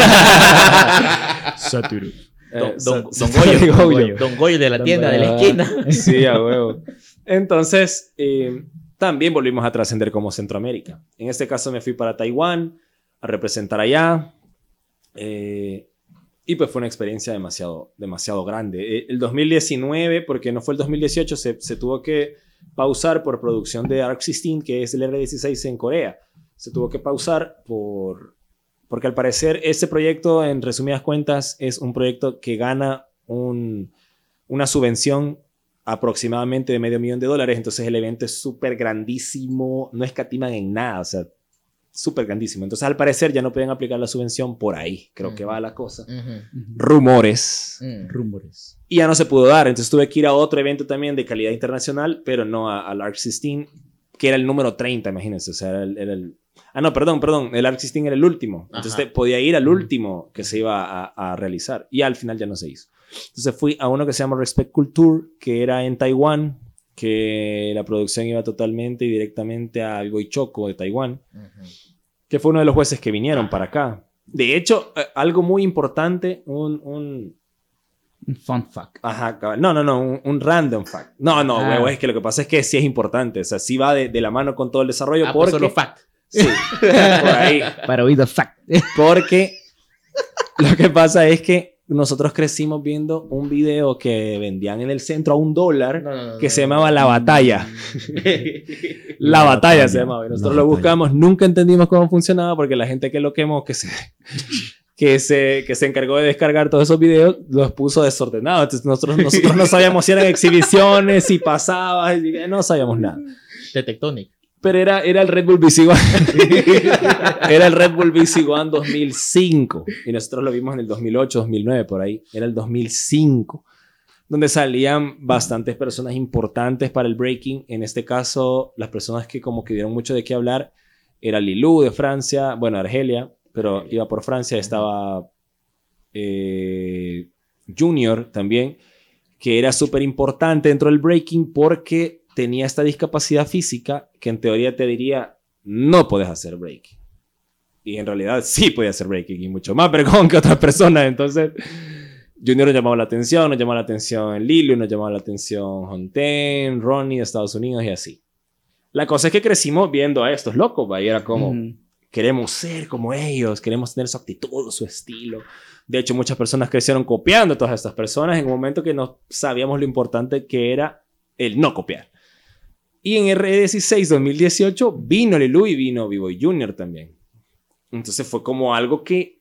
Satoru. Don Goyo. Don Goyo de la tienda de la esquina. Sí, a huevo. Entonces, también volvimos a trascender como Centroamérica. En este caso me fui para Taiwán a representar allá. Y pues fue una experiencia demasiado grande. El 2019, porque no fue el 2018, se tuvo que pausar por producción de Arc 16, que es el R16 en Corea. Se tuvo que pausar porque al parecer este proyecto, en resumidas cuentas, es un proyecto que gana una subvención aproximadamente de $500,000. Entonces el evento es súper grandísimo, no escatiman en nada, o sea, súper grandísimo. Entonces al parecer ya no pueden aplicar la subvención por ahí, creo que va la cosa. Rumores. Rumores. Y ya no se pudo dar, entonces tuve que ir a otro evento también de calidad internacional, pero no al Arc 16, que era el número 30, imagínense, o sea, era el... Ah, no, perdón, el Arc 16 era el último, entonces podía ir al último que se iba a realizar, y al final ya no se hizo. Entonces fui a uno que se llama Respect Culture, que era en Taiwán, que la producción iba totalmente y directamente a B-Boy Choco de Taiwán, que fue uno de los jueces que vinieron para acá. De hecho, algo muy importante, un fun fact. Ajá, un random fact. Huevo, es que lo que pasa es que sí es importante, o sea, sí va de la mano con todo el desarrollo, porque... solo fact. Sí, por ahí. Para oír the fact. Porque lo que pasa es que nosotros crecimos viendo un video que vendían en el centro a $1 que se llamaba La Batalla. La Batalla se llamaba. Y nosotros lo buscamos, nunca entendimos cómo funcionaba porque la gente que lo quemó, que se encargó de descargar todos esos videos, los puso desordenados. Entonces nosotros no sabíamos si eran exhibiciones, si pasaba, no sabíamos nada. De Tectonic. Pero era el Red Bull BC One. Era el Red Bull BC One 2005. Y nosotros lo vimos en el 2008, 2009, por ahí. Era el 2005. Donde salían bastantes personas importantes para el breaking. En este caso, las personas que como que dieron mucho de qué hablar era Lilou de Francia. Bueno, Argelia, pero iba por Francia. Estaba Junior también, que era súper importante dentro del breaking porque tenía esta discapacidad física que en teoría te diría, no puedes hacer breaking. Y en realidad sí podía hacer breaking y mucho más, pero con que otras personas. Entonces, Junior nos llamaba la atención Lilo, nos llamaba la atención Honten, Ronnie de Estados Unidos y así. La cosa es que crecimos viendo a estos locos, ¿va? Y era como, queremos ser como ellos, queremos tener su actitud, su estilo. De hecho, muchas personas crecieron copiando a todas estas personas en un momento que no sabíamos lo importante que era el no copiar. Y en R16 2018 vino Lilou y vino B-Boy Junior también. Entonces fue como algo que...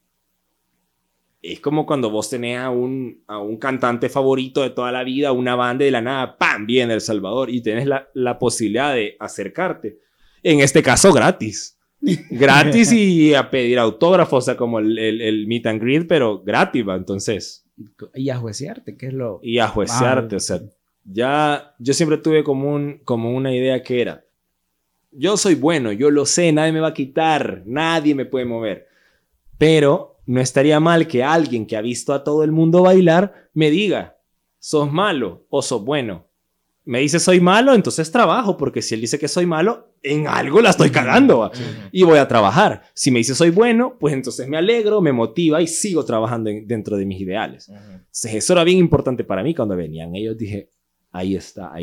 Es como cuando vos tenés a un cantante favorito de toda la vida, una banda de la nada, ¡pam!, viene de El Salvador y tenés la posibilidad de acercarte. En este caso, gratis. Gratis y a pedir autógrafos, o sea, como el meet and greet, pero gratis, ¿va? Entonces... Y a juecearte, ¿qué es lo...? Y a juecearte, o sea... Ya, yo siempre tuve como una idea que era, yo soy bueno, yo lo sé, nadie me va a quitar, nadie me puede mover, pero no estaría mal que alguien que ha visto a todo el mundo bailar me diga, sos malo o sos bueno. Me dice soy malo, entonces trabajo, porque si él dice que soy malo, en algo la estoy cagando, y voy a trabajar. Si me dice soy bueno, pues entonces me alegro, me motiva y sigo trabajando dentro de mis ideales. Entonces eso era bien importante para mí. Cuando venían ellos dije, ahí está.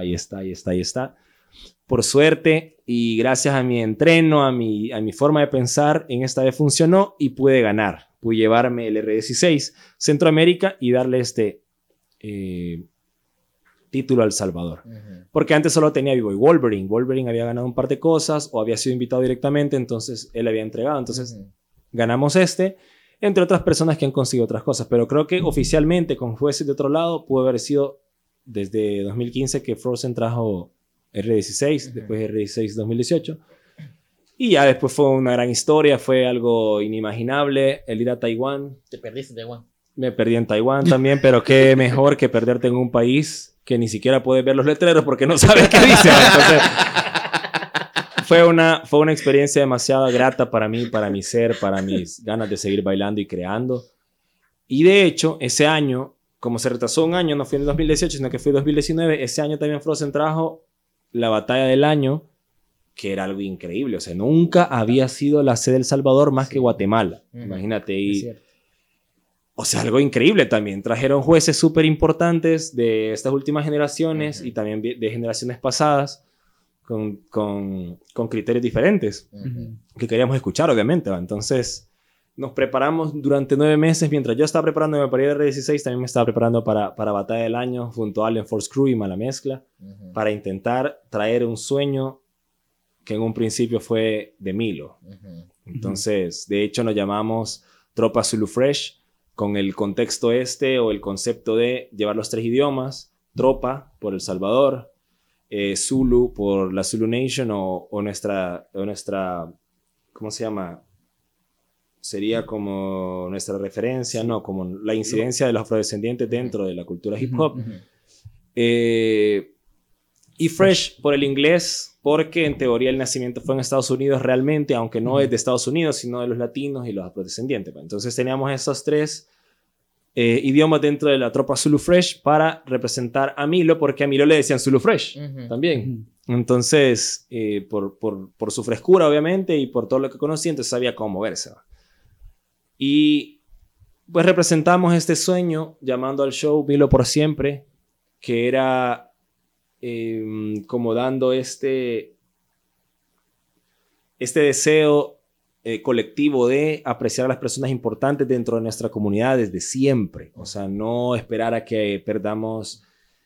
Por suerte y gracias a mi entreno, a mi forma de pensar, en esta vez funcionó y pude ganar. Pude llevarme el R16 Centroamérica y darle este título a El Salvador. Porque antes solo tenía B-Boy Wolverine. Wolverine había ganado un par de cosas o había sido invitado directamente, entonces él había entregado. Entonces ganamos entre otras personas que han conseguido otras cosas. Pero creo que oficialmente con jueces de otro lado pudo haber sido desde 2015 que Frozen trajo R16, después R16 2018. Y ya después fue una gran historia, fue algo inimaginable el ir a Taiwán. Te perdiste en Taiwán. Me perdí en Taiwán también, pero qué mejor que perderte en un país que ni siquiera puedes ver los letreros porque no sabes qué dice. Entonces, fue una experiencia demasiado grata para mí, para mi ser, para mis ganas de seguir bailando y creando. Y de hecho, ese año como se retrasó un año, no fue en el 2018, sino que fue en 2019, ese año también Frozen trajo la batalla del año, que era algo increíble. O sea, nunca había sido la sede de El Salvador más que Guatemala. Imagínate. Y, o sea, algo increíble también. Trajeron jueces súper importantes de estas últimas generaciones y también de generaciones pasadas con criterios diferentes que queríamos escuchar, obviamente. ¿Va? Entonces, nos preparamos durante 9 meses. Mientras yo estaba preparándome para ir a R16, también me estaba preparando para Batalla del Año junto a Alien Force Crew y Mala Mezcla para intentar traer un sueño que en un principio fue de Milo. Entonces, de hecho, nos llamamos Tropa Zulu Fresh con el contexto o el concepto de llevar los 3 idiomas, Tropa por El Salvador, Zulu por la Zulu Nation o nuestra, ¿cómo se llama? Sería como nuestra referencia, no, como la incidencia de los afrodescendientes dentro de la cultura hip hop. Y Fresh por el inglés, porque en teoría el nacimiento fue en Estados Unidos realmente, aunque no es de Estados Unidos, sino de los latinos y los afrodescendientes. Entonces teníamos esos 3 idiomas dentro de la tropa Zulu Fresh para representar a Milo, porque a Milo le decían Zulu Fresh también. Entonces, por su frescura, obviamente, y por todo lo que conocía, entonces sabía cómo moverse. Y pues representamos este sueño llamando al show Milo por siempre, que era como dando este deseo colectivo de apreciar a las personas importantes dentro de nuestra comunidad desde siempre. O sea, no esperar a que perdamos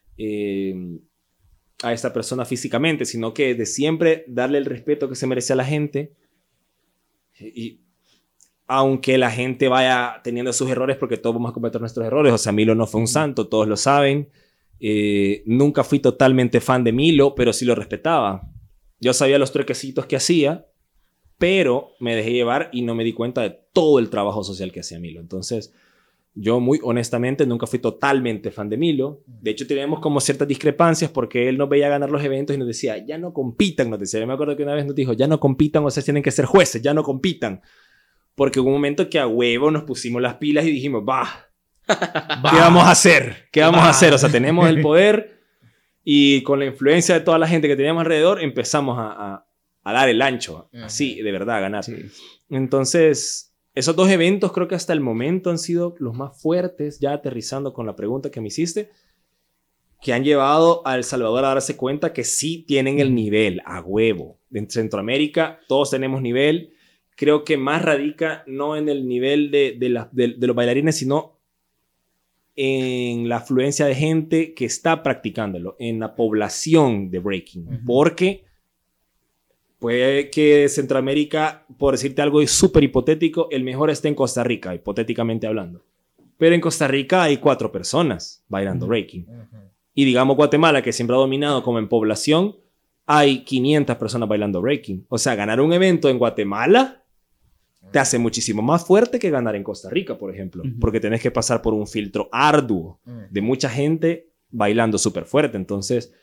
a esta persona físicamente, sino que de siempre darle el respeto que se merece a la gente. Y aunque la gente vaya teniendo sus errores, porque todos vamos a cometer nuestros errores. O sea, Milo no fue un santo, todos lo saben. Nunca fui totalmente fan de Milo, pero sí lo respetaba. Yo sabía los truquecitos que hacía, pero me dejé llevar y no me di cuenta de todo el trabajo social que hacía Milo. Entonces, yo muy honestamente nunca fui totalmente fan de Milo. De hecho, teníamos como ciertas discrepancias porque él nos veía ganar los eventos y nos decía, ya no compitan, nos decía. Yo me acuerdo que una vez nos dijo, ya no compitan, o sea, tienen que ser jueces, ya no compitan. Porque hubo un momento que a huevo nos pusimos las pilas y dijimos, ¿qué vamos a hacer? ¿Qué vamos a hacer? O sea, tenemos el poder y con la influencia de toda la gente que teníamos alrededor empezamos a dar el ancho, así, de verdad, a ganar. Sí. Entonces, esos 2 eventos creo que hasta el momento han sido los más fuertes, ya aterrizando con la pregunta que me hiciste, que han llevado a El Salvador a darse cuenta que sí tienen el nivel, a huevo. En Centroamérica todos tenemos nivel. Creo que más radica no en el nivel de los bailarines, sino en la afluencia de gente que está practicándolo, en la población de breaking. Porque puede que Centroamérica, por decirte algo súper hipotético, el mejor esté en Costa Rica, hipotéticamente hablando. Pero en Costa Rica hay 4 personas bailando breaking. Y digamos Guatemala, que siempre ha dominado como en población, hay 500 personas bailando breaking. O sea, ganar un evento en Guatemala te hace muchísimo más fuerte que ganar en Costa Rica, por ejemplo. Porque tenés que pasar por un filtro arduo de mucha gente bailando súper fuerte. Entonces,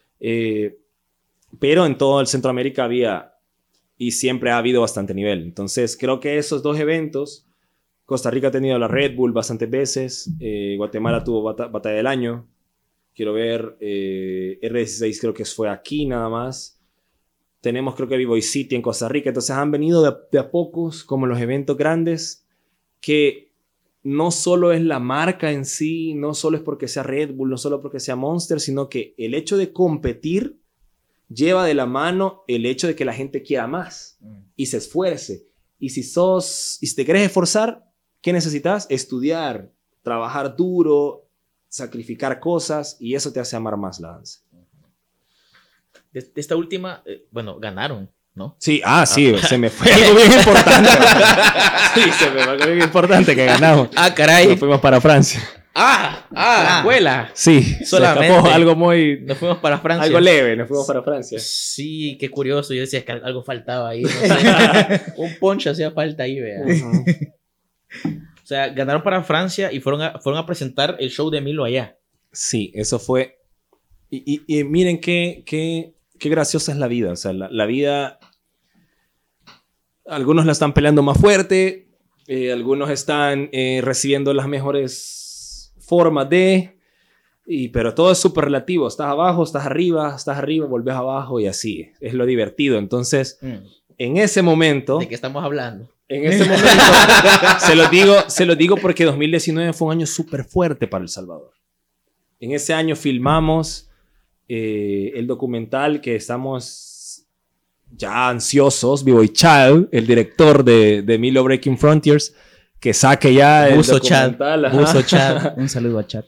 pero en todo el Centroamérica había y siempre ha habido bastante nivel. Entonces, creo que esos 2 eventos, Costa Rica ha tenido la Red Bull bastantes veces, Guatemala tuvo Batalla del Año. Quiero ver, R16 creo que fue aquí nada más. Tenemos creo que B-Boy City en Costa Rica. Entonces han venido de a pocos como los eventos grandes, que no solo es la marca en sí, no solo es porque sea Red Bull, no solo porque sea Monster, sino que el hecho de competir lleva de la mano el hecho de que la gente quiera más y se esfuerce. Y si te quieres esforzar, ¿qué necesitas? Estudiar, trabajar duro, sacrificar cosas, y eso te hace amar más la danza. De esta última, bueno, ganaron, ¿no? Sí, sí, se me fue algo bien importante. Sí, se me fue algo bien importante que ganamos. Caray. Nos fuimos para Francia. Escuela. Sí, solamente. Algo muy... Nos fuimos para Francia. Algo leve, nos fuimos para Francia. Sí, qué curioso. Yo decía que algo faltaba ahí. No sé. Un poncho hacía falta ahí, vea. O sea, ganaron para Francia y fueron a presentar el show de Milo allá. Sí, eso fue... Y miren qué graciosa es la vida. O sea, la vida... Algunos la están peleando más fuerte. Algunos están recibiendo las mejores formas de... pero todo es súper relativo. Estás abajo, estás arriba, volvés abajo y así. Es lo divertido. Entonces, en ese momento... ¿De qué estamos hablando? En ese momento, se lo digo porque 2019 fue un año súper fuerte para El Salvador. En ese año filmamos el documental que estamos ya ansiosos, B-Boy Child, el director de Milo Breaking Frontiers, que saque ya el documental. Buzo Chad. Un saludo a Chat.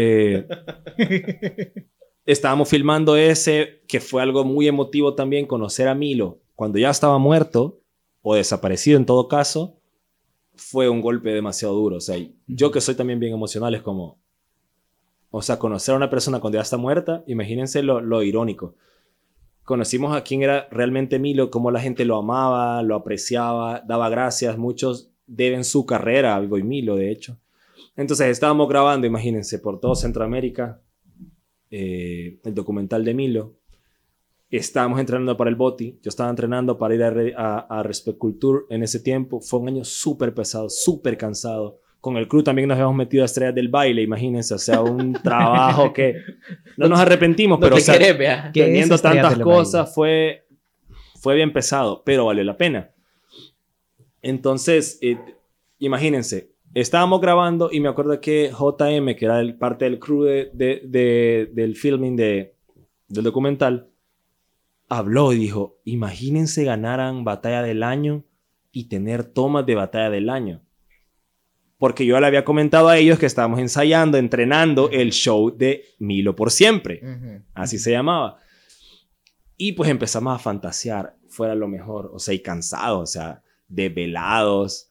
Estábamos filmando ese, que fue algo muy emotivo también, conocer a Milo cuando ya estaba muerto o desaparecido en todo caso, fue un golpe demasiado duro. O sea, yo que soy también bien emocional, es como, o sea, conocer a una persona cuando ya está muerta, imagínense lo irónico. Conocimos a quién era realmente Milo, cómo la gente lo amaba, lo apreciaba, daba gracias. Muchos deben su carrera a B-Boy Milo, de hecho. Entonces estábamos grabando, imagínense, por todo Centroamérica, el documental de Milo. Estábamos entrenando para el BOTY. Yo estaba entrenando para ir a Respect Culture en ese tiempo. Fue un año súper pesado, súper cansado. Con el crew también nos habíamos metido a Estrellas del Baile, imagínense. O sea, un trabajo que no nos arrepentimos, pero o sea, teniendo tantas cosas fue bien pesado, pero valió la pena. Entonces, imagínense, estábamos grabando y me acuerdo que JM, que era parte del crew del filming del documental, habló y dijo, imagínense ganaran Batalla del Año y tener tomas de Batalla del Año. Porque yo le había comentado a ellos que estábamos ensayando, entrenando el show de Milo por siempre. Así se llamaba. Y pues empezamos a fantasear, fuera lo mejor, o sea, y cansados, o sea, desvelados,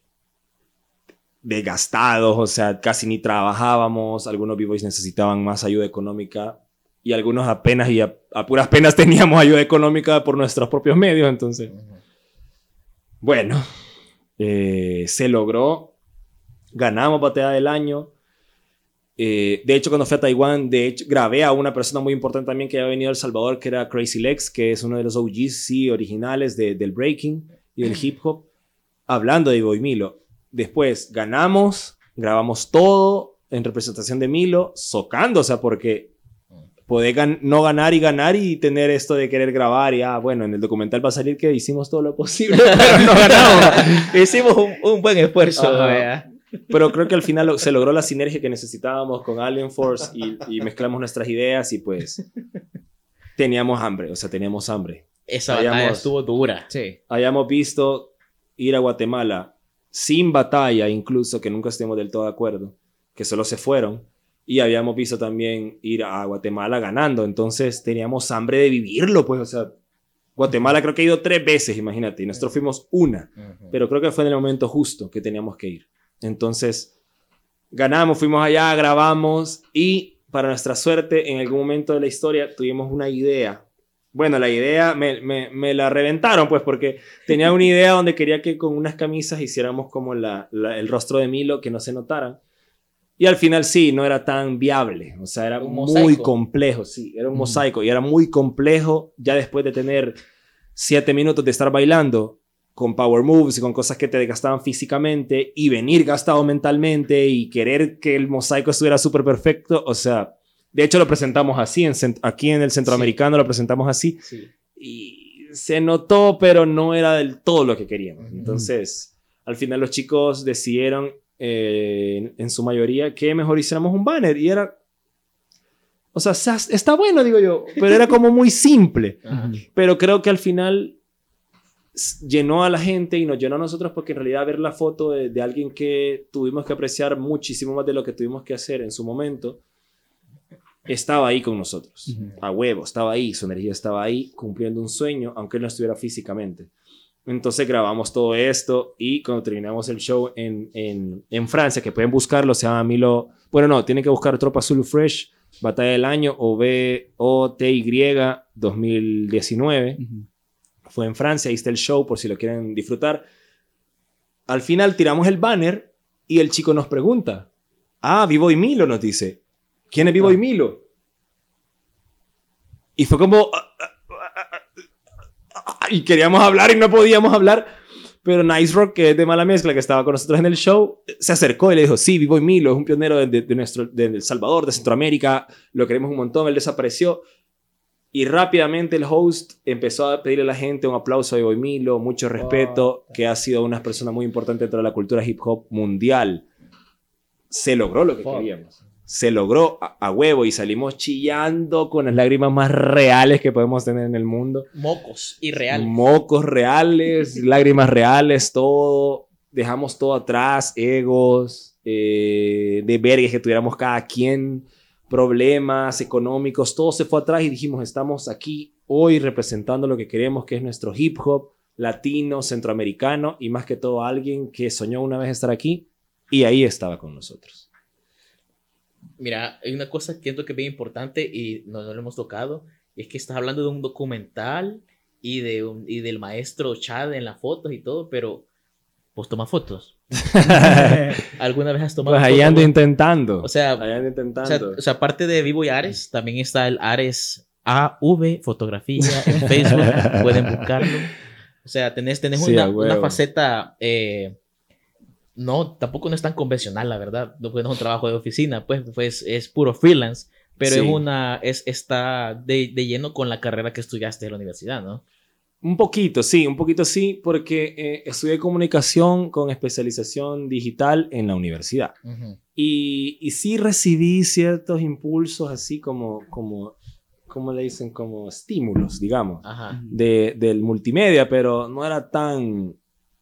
desgastados, o sea, casi ni trabajábamos, algunos B-Boys necesitaban más ayuda económica y algunos apenas y a puras penas teníamos ayuda económica por nuestros propios medios, entonces. Bueno, se logró, ganamos Batalla del Año. De hecho, cuando fui a Taiwán, grabé a una persona muy importante también que había venido a El Salvador, que era Crazy Legs, que es uno de los OGs, sí, originales del breaking y del hip hop, hablando de B-Boy Milo. Después ganamos, grabamos todo en representación de Milo, socando, o sea, porque podés no ganar y tener esto de querer grabar y, bueno, en el documental va a salir que hicimos todo lo posible, pero no ganamos. Hicimos un buen esfuerzo. Pero creo que al final se logró la sinergia que necesitábamos con Alien Force y mezclamos nuestras ideas y pues teníamos hambre, o sea, teníamos hambre. Esa batalla estuvo dura. Sí. Habíamos visto ir a Guatemala sin batalla, incluso, que nunca estemos del todo de acuerdo, que solo se fueron, y habíamos visto también ir a Guatemala ganando, entonces teníamos hambre de vivirlo, pues, o sea, Guatemala creo que ha ido 3 veces, imagínate, y nosotros fuimos una, pero creo que fue en el momento justo que teníamos que ir. Entonces, ganamos, fuimos allá, grabamos, y para nuestra suerte, en algún momento de la historia tuvimos una idea. Bueno, la idea me la reventaron, pues, porque tenía una idea donde quería que con unas camisas hiciéramos como el rostro de Milo, que no se notaran. Y al final sí, no era tan viable. O sea, era muy complejo. Sí, era un mosaico. Y era muy complejo ya después de tener 7 minutos de estar bailando con power moves y con cosas que te desgastaban físicamente y venir gastado mentalmente y querer que el mosaico estuviera súper perfecto. O sea, de hecho lo presentamos así. Aquí en el Centroamericano lo presentamos así. Sí. Y se notó, pero no era del todo lo que queríamos. Entonces, al final los chicos decidieron, en su mayoría, que mejor hiciéramos un banner. Y era... O sea, está bueno, digo yo, pero era como muy simple. Pero creo que al final llenó a la gente y nos llenó a nosotros, porque en realidad ver la foto de alguien que tuvimos que apreciar muchísimo más de lo que tuvimos que hacer en su momento, estaba ahí con nosotros. A huevo, estaba ahí, su energía estaba ahí, cumpliendo un sueño, aunque él no estuviera físicamente. Entonces grabamos todo esto y cuando terminamos el show en Francia, que pueden buscarlo, se llama Milo... Bueno, no, tienen que buscar Tropa Zulu Fresh, Batalla del Año o BOTY 2019. Fue en Francia, ahí está el show por si lo quieren disfrutar. Al final tiramos el banner y el chico nos pregunta, B-Boy Milo, nos dice. ¿Quién es B-Boy Milo? Y fue como... y queríamos hablar y no podíamos hablar Pero Nice Rock, que es de Mala Mezcla, que estaba con nosotros en el show, se acercó y le dijo, sí, B-Boy Milo es un pionero de El Salvador, de Centroamérica, lo queremos un montón, él desapareció. Y rápidamente el host empezó a pedirle a la gente un aplauso a B-Boy Milo, mucho respeto, que ha sido una persona muy importante dentro de la cultura hip hop mundial. Se logró lo que queríamos. Se logró a huevo y salimos chillando con las lágrimas más reales que podemos tener en el mundo. Mocos irreales. Mocos reales, lágrimas reales, todo. Dejamos todo atrás, egos, de vergas que tuviéramos cada quien, problemas económicos, todo se fue atrás y dijimos, estamos aquí hoy representando lo que queremos, que es nuestro hip hop latino, centroamericano y más que todo alguien que soñó una vez estar aquí y ahí estaba con nosotros. Mira, hay una cosa que siento que es bien importante y no lo hemos tocado, y es que estás hablando de un documental y del maestro Chad en las fotos y todo, pero pues toma fotos. ¿Alguna vez has tomado pues fotos? ahí ando intentando. O sea, ahí ando intentando. o sea, aparte de Vivo y Ares, también está el Ares AV Fotografía en Facebook, pueden buscarlo. O sea, tenés Sí, una faceta... no, tampoco no es tan convencional, la verdad. No es un trabajo de oficina, pues es puro freelance. Pero sí. Está de lleno con la carrera que estudiaste en la universidad, ¿no? Un poquito sí, porque estudié comunicación con especialización digital en la universidad. Uh-huh. Y sí recibí ciertos impulsos así como le dicen, como estímulos, digamos, Ajá. del multimedia, pero no era tan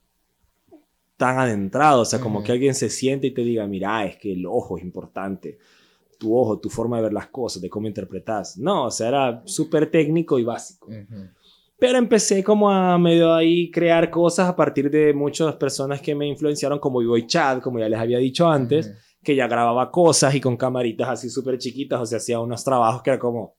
adentrado, o sea, como que alguien se siente y te diga, mira, es que el ojo es importante, tu ojo, tu forma de ver las cosas, de cómo interpretas. No, o sea, era súper técnico y básico. Uh-huh. Pero empecé como a medio ahí crear cosas a partir de muchas personas que me influenciaron, como B-Boy Chad, como ya les había dicho antes, uh-huh, que ya grababa cosas y con camaritas así súper chiquitas, o sea, hacía unos trabajos que era como...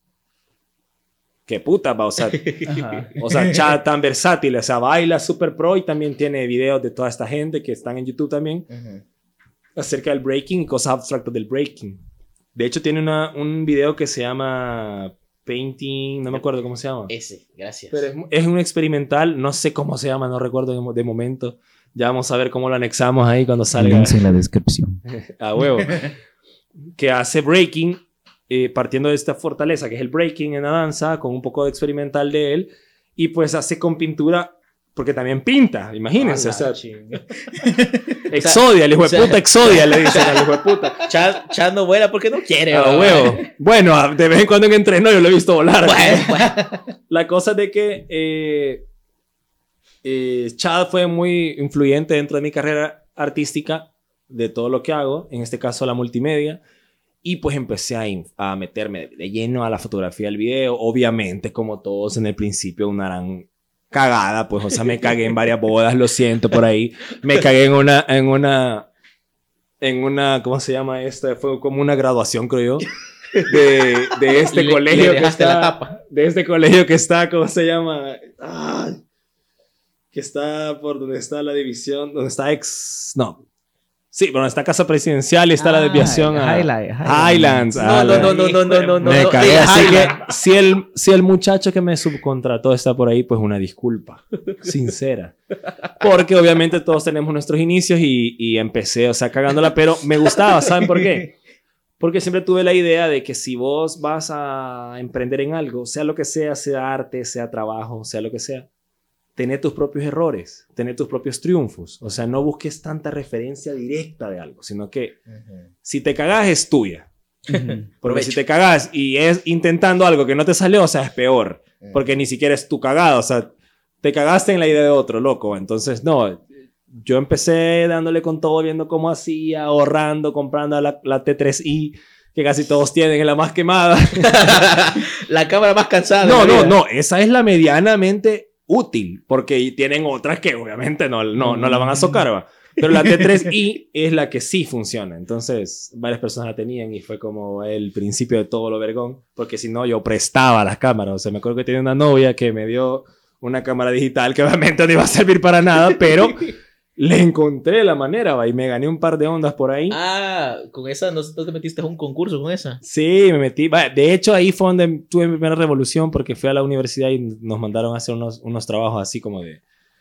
qué puta, va, o sea, Chad tan versátil, o sea, baila súper pro y también tiene videos de toda esta gente que están en YouTube también uh-huh, acerca del breaking y cosas abstractas del breaking. De hecho, tiene un video que se llama Painting, no me acuerdo cómo se llama. Ese, gracias. Pero es un experimental, no sé cómo se llama, no recuerdo de momento. Ya vamos a ver cómo lo anexamos ahí cuando salga. Links en la descripción. A huevo. Que hace breaking. Partiendo de esta fortaleza que es el breaking en la danza, con un poco de experimental de él, y pues hace con pintura, porque también pinta, imagínense, o sea, Exodia, el hijo de puta Exodia, le dicen al hijo de puta. Chad no vuela porque no quiere. A huevo. Bueno, de vez en cuando en entreno yo lo he visto volar. Bueno. La cosa de que Chad fue muy influyente dentro de mi carrera artística, de todo lo que hago, en este caso la multimedia. Y pues empecé a meterme de lleno a la fotografía del video. Obviamente, como todos en el principio, una gran cagada. Pues, o sea, me cagué en varias bodas, lo siento por ahí. Me cagué en una, ¿cómo se llama esto? Fue como una graduación, creo yo. De este colegio que está... la tapa. De este colegio que está, ¿cómo se llama? Que está por donde está la división, donde está Sí, pero está Casa Presidencial y está la desviación a Highlands. No. Me cagué, así que si el muchacho que me subcontrató está por ahí, pues una disculpa sincera. Porque obviamente todos tenemos nuestros inicios y empecé, o sea, cagándola, pero me gustaba, ¿saben por qué? Porque siempre tuve la idea de que si vos vas a emprender en algo, sea lo que sea arte, sea trabajo, sea lo que sea, tener tus propios errores, tener tus propios triunfos. O sea, no busques tanta referencia directa de algo, sino que si te cagás es tuya. Porque si te cagás y es intentando algo que no te salió, o sea, es peor. Porque ni siquiera es tu cagada. O sea, te cagaste en la idea de otro, loco. Entonces, no. Yo empecé dándole con todo, viendo cómo hacía, ahorrando, comprando la T3i, que casi todos tienen, es la más quemada. La cámara más cansada. No. Esa es la medianamente útil, porque tienen otras que obviamente no la van a socar, ¿va? Pero la T3i es la que sí funciona. Entonces, varias personas la tenían y fue como el principio de todo lo vergón, porque si no, yo prestaba las cámaras. O sea, me acuerdo que tenía una novia que me dio una cámara digital que obviamente no iba a servir para nada, pero le encontré la manera, ¿va? Y me gané un par de ondas por ahí. Con esa, ¿no te metiste a un concurso con esa? Sí, me metí. De hecho, ahí fue donde tuve mi primera revolución, porque fui a la universidad y nos mandaron a hacer unos trabajos así como de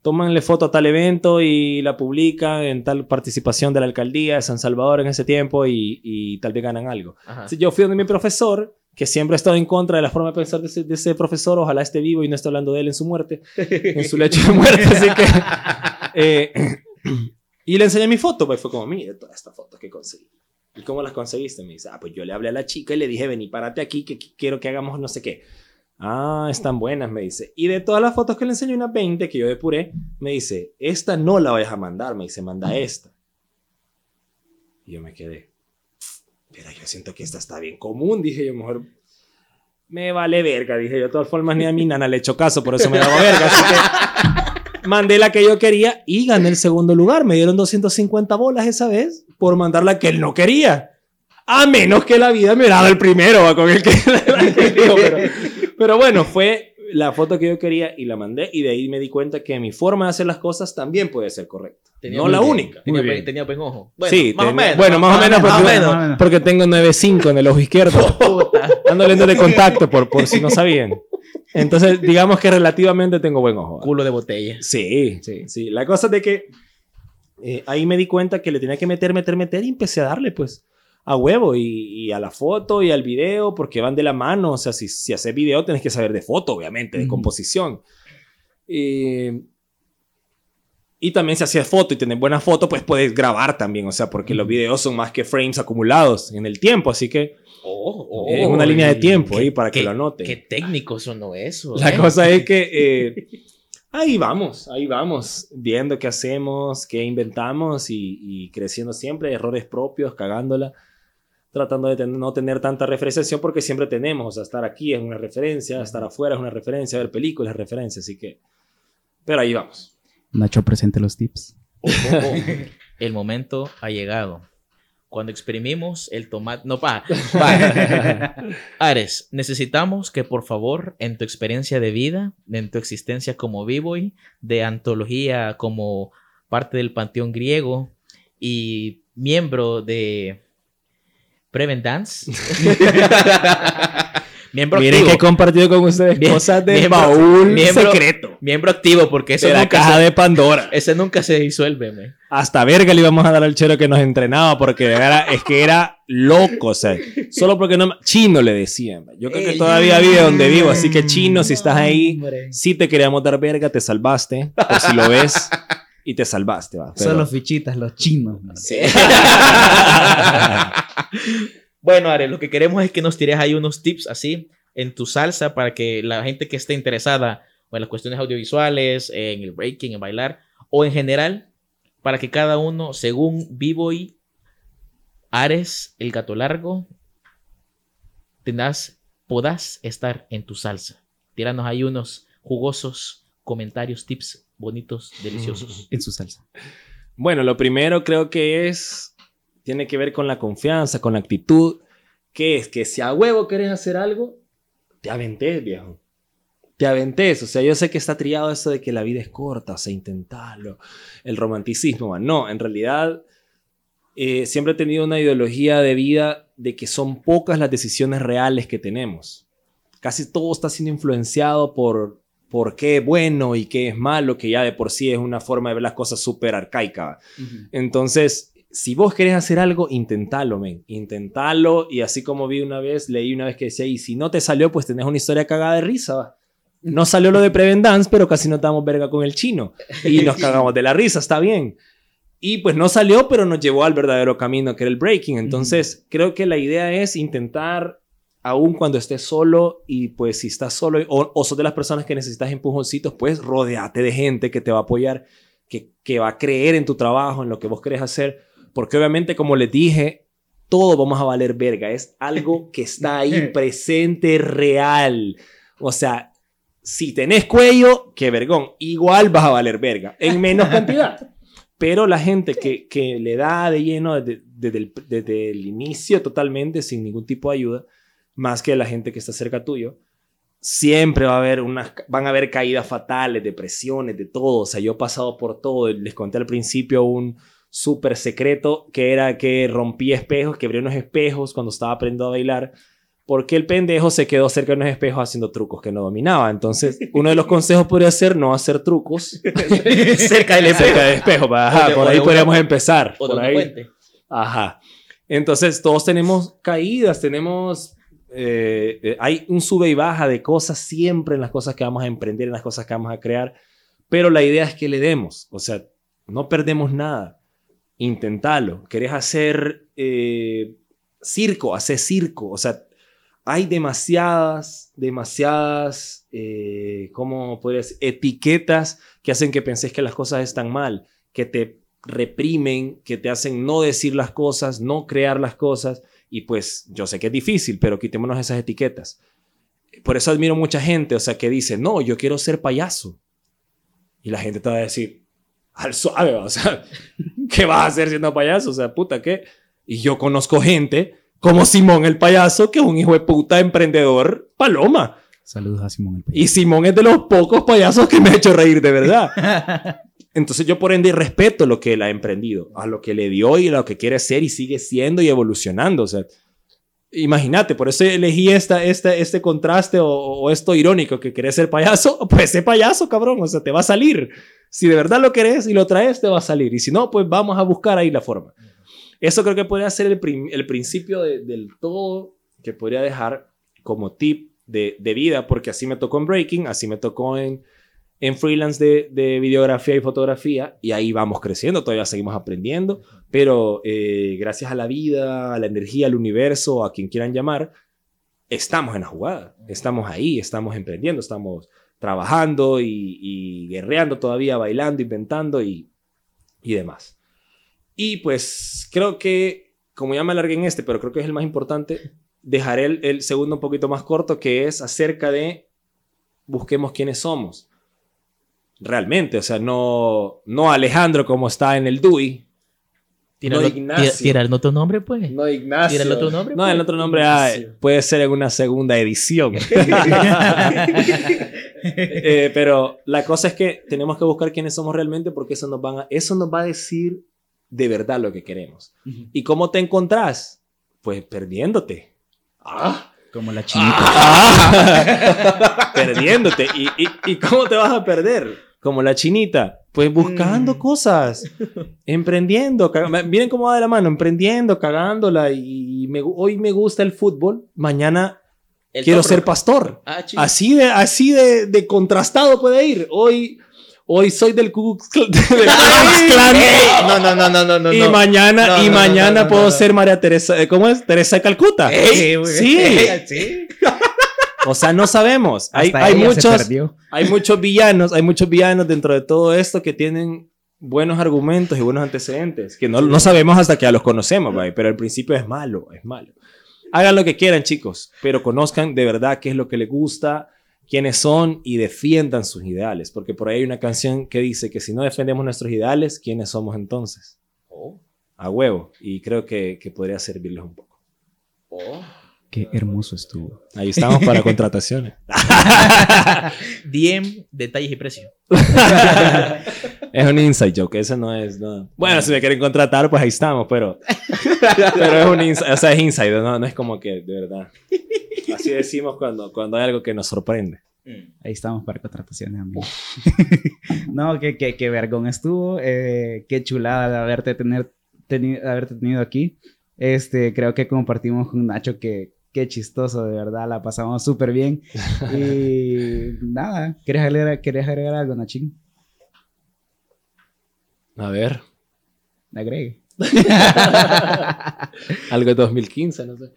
tómanle foto a tal evento y la publican en tal participación de la alcaldía de San Salvador en ese tiempo y tal vez ganan algo. Entonces, yo fui donde mi profesor, que siempre ha estado en contra de la forma de pensar de ese profesor, ojalá esté vivo y no esté hablando de él en su muerte, en su lecho de muerte, así que... y le enseñé mi foto, pues fue como, mire todas estas fotos que conseguí. ¿Y cómo las conseguiste? Me dice, pues yo le hablé a la chica y le dije, vení, párate aquí, que quiero que hagamos no sé qué. Están buenas, me dice. Y de todas las fotos que le enseñé, unas 20 que yo depuré, me dice, esta no la vayas a mandar, me dice, manda esta. Y yo me quedé, pero yo siento que esta está bien común, dije yo, mejor me vale verga, dije yo, de todas formas ni a mi nana le echo caso, por eso me daba verga, así que mandé la que yo quería y gané el segundo lugar, me dieron 250 bolas esa vez por mandar la que él no quería, a menos que la vida me hubiera dado el primero, con el que digo, pero bueno, fue la foto que yo quería y la mandé y de ahí me di cuenta que mi forma de hacer las cosas también puede ser correcta. No la única. Tenía buen ojo. Bueno, sí, más o menos. Bueno, más o menos porque tengo 9.5 en el ojo izquierdo. Ando lento de contacto por si no sabían. Entonces, digamos que relativamente tengo buen ojo. Culo de botella. Sí. La cosa es de que ahí me di cuenta que le tenía que meter y empecé a darle, pues, a huevo y a la foto y al video porque van de la mano. O sea, si haces video tenés que saber de foto, obviamente, de composición. Y también si haces foto y tenés buena foto, pues puedes grabar también. O sea, porque los videos son más que frames acumulados en el tiempo. Así que es una línea de tiempo ahí para que lo anoten. Qué técnico sonó eso. La cosa es que ahí vamos, viendo qué hacemos, qué inventamos y creciendo siempre, errores propios, cagándola. Tratando de no tener tanta referenciación porque siempre tenemos, o sea, estar aquí es una referencia, estar afuera es una referencia, ver películas es referencia, así que... Pero ahí vamos. Nacho, presente los tips. El momento ha llegado. Cuando exprimimos el tomate... No, Ares, necesitamos que por favor, en tu experiencia de vida, en tu existencia como b-boy, de antología como parte del panteón griego y miembro de... Prevent Dance. Miembro Miren activo. que he compartido con ustedes cosas de baúl secreto. Miembro activo, porque eso de la caja de Pandora. Ese nunca se disuelve, man. Hasta verga le íbamos a dar al chero que nos entrenaba porque es que era loco, o sea, solo porque no... Chino le decían. Yo creo que todavía vive donde vivo, así que Chino, si estás ahí, sí te queríamos dar verga, te salvaste, por si lo ves, y te salvaste, va. Pero... Son los fichitas, los chinos. Sí. Bueno, Ares, lo que queremos es que nos tires ahí unos tips así en tu salsa para que la gente que esté interesada en las cuestiones audiovisuales, en el breaking, en bailar o en general, para que cada uno, según b-boy, Ares, el gato largo, podás estar en tu salsa. Tíranos ahí unos jugosos comentarios, tips bonitos, deliciosos. En su salsa. Bueno, lo primero creo que tiene que ver con la confianza, con la actitud, que es que si a huevo querés hacer algo, te aventés, viejo. Te aventés. O sea, yo sé que está trillado eso de que la vida es corta, o sea, intentarlo, el romanticismo. No, en realidad siempre he tenido una ideología de vida de que son pocas las decisiones reales que tenemos. Casi todo está siendo influenciado por qué es bueno y qué es malo, que ya de por sí es una forma de ver las cosas súper arcaica. Entonces... Si vos querés hacer algo, intentalo, men. Intentalo. Y así como leí una vez que decía, y si no te salió, pues tenés una historia cagada de risa, va. No salió lo de Prevent Dance, pero casi no estábamos verga con el chino. Y nos cagamos de la risa, está bien. Y pues no salió, pero nos llevó al verdadero camino, que era el breaking. Entonces, creo que la idea es intentar, aun cuando estés solo, y pues si estás solo, o sos de las personas que necesitas empujoncitos, pues rodeate de gente que te va a apoyar, que va a creer en tu trabajo, en lo que vos querés hacer. Porque obviamente, como les dije, todo vamos a valer verga. Es algo que está ahí presente, real. O sea, si tenés cuello, qué vergón. Igual vas a valer verga. En menos cantidad. Pero la gente que le da de lleno desde el inicio totalmente, sin ningún tipo de ayuda, más que la gente que está cerca tuyo, siempre van a haber caídas fatales, depresiones, de todo. O sea, yo he pasado por todo. Les conté al principio un súper secreto que era que rompí espejos, quebré unos espejos cuando estaba aprendiendo a bailar porque el pendejo se quedó cerca de unos espejos haciendo trucos que no dominaba. Entonces, uno de los consejos podría ser no hacer trucos cerca del espejo. cerca del espejo. Ajá, por ahí podríamos empezar. O de Por una ahí. fuente. Ajá. Entonces, todos tenemos caídas, tenemos... hay un sube y baja de cosas siempre en las cosas que vamos a emprender, en las cosas que vamos a crear. Pero la idea es que le demos. O sea, no perdemos nada. Intentalo. ¿Querés hacer circo? Hacé circo. O sea, hay demasiadas, ¿cómo podría decir? Etiquetas que hacen que penses que las cosas están mal, que te reprimen, que te hacen no decir las cosas, no crear las cosas. Y pues yo sé que es difícil, pero quitémonos esas etiquetas. Por eso admiro mucha gente, o sea, que dice, no, yo quiero ser payaso. Y la gente te va a decir, al suave, o sea, ¿qué vas a hacer siendo payaso? O sea, puta, ¿qué? Y yo conozco gente como Simón el payaso, que es un hijo de puta emprendedor paloma. Saludos a Simón el payaso. Y Simón es de los pocos payasos que me ha hecho reír de verdad. Entonces yo por ende respeto lo que él ha emprendido, a lo que le dio y a lo que quiere ser y sigue siendo y evolucionando. O sea, imagínate, por eso elegí este contraste o esto irónico, que querés ser payaso, pues sé payaso, cabrón. O sea, te va a salir. Si de verdad lo querés y lo traes, te va a salir. Y si no, pues vamos a buscar ahí la forma. Eso creo que podría ser el principio del todo que podría dejar como tip de vida, porque así me tocó en breaking, así me tocó en freelance de videografía y fotografía, y ahí vamos creciendo, todavía seguimos aprendiendo, pero gracias a la vida, a la energía, al universo, a quien quieran llamar, estamos en la jugada, estamos ahí, estamos emprendiendo, estamos trabajando y guerreando todavía, bailando, inventando y demás. Y pues creo que, como ya me alargué en pero creo que es el más importante, dejaré el segundo un poquito más corto, que es acerca de busquemos quiénes somos. Realmente, o sea, no Alejandro como está en el DUI. Tira el otro nombre, pues. No Ignacio. Tira el otro nombre. No, el otro nombre puede ser en una segunda edición. Pero la cosa es que tenemos que buscar quiénes somos realmente, porque eso nos va a decir de verdad lo que queremos. ¿Y cómo te encontrás? Pues perdiéndote. Como la chinita. Perdiéndote. ¿Y cómo te vas a perder? Como la chinita. Pues buscando cosas. Emprendiendo. Miren cómo va de la mano. Emprendiendo, cagándola. Hoy me gusta el fútbol. Mañana quiero ser pastor. Así de contrastado puede ir. Hoy soy del Ku Klux Klan. No. Y mañana puedo ser María Teresa. ¿Cómo es? Teresa de Calcuta. Sí. O sea, no sabemos. Hay muchos villanos dentro de todo esto que tienen buenos argumentos y buenos antecedentes que no sabemos hasta que ya los conocemos, ¿vale? Pero al principio es malo. Hagan lo que quieran, chicos, pero conozcan de verdad qué es lo que les gusta, quiénes son, y defiendan sus ideales, porque por ahí hay una canción que dice que si no defendemos nuestros ideales, ¿quiénes somos entonces? A huevo. Y creo que podría servirles un poco. Qué hermoso estuvo. Ahí estamos para contrataciones. DM, detalles y precio. Es un inside joke, eso no es... No. Bueno, si me quieren contratar, pues ahí estamos, pero es un inside, o sea, es inside, no es como que, de verdad. Así decimos cuando hay algo que nos sorprende. Ahí estamos para contrataciones, amigo. No, qué vergón estuvo. Qué chulada de haberte tenido aquí. Creo que compartimos con Nacho que qué chistoso, de verdad, la pasamos súper bien. Y nada, ¿querés agregar algo, Nachín? A ver. Agregue. Algo de 2015, no sé.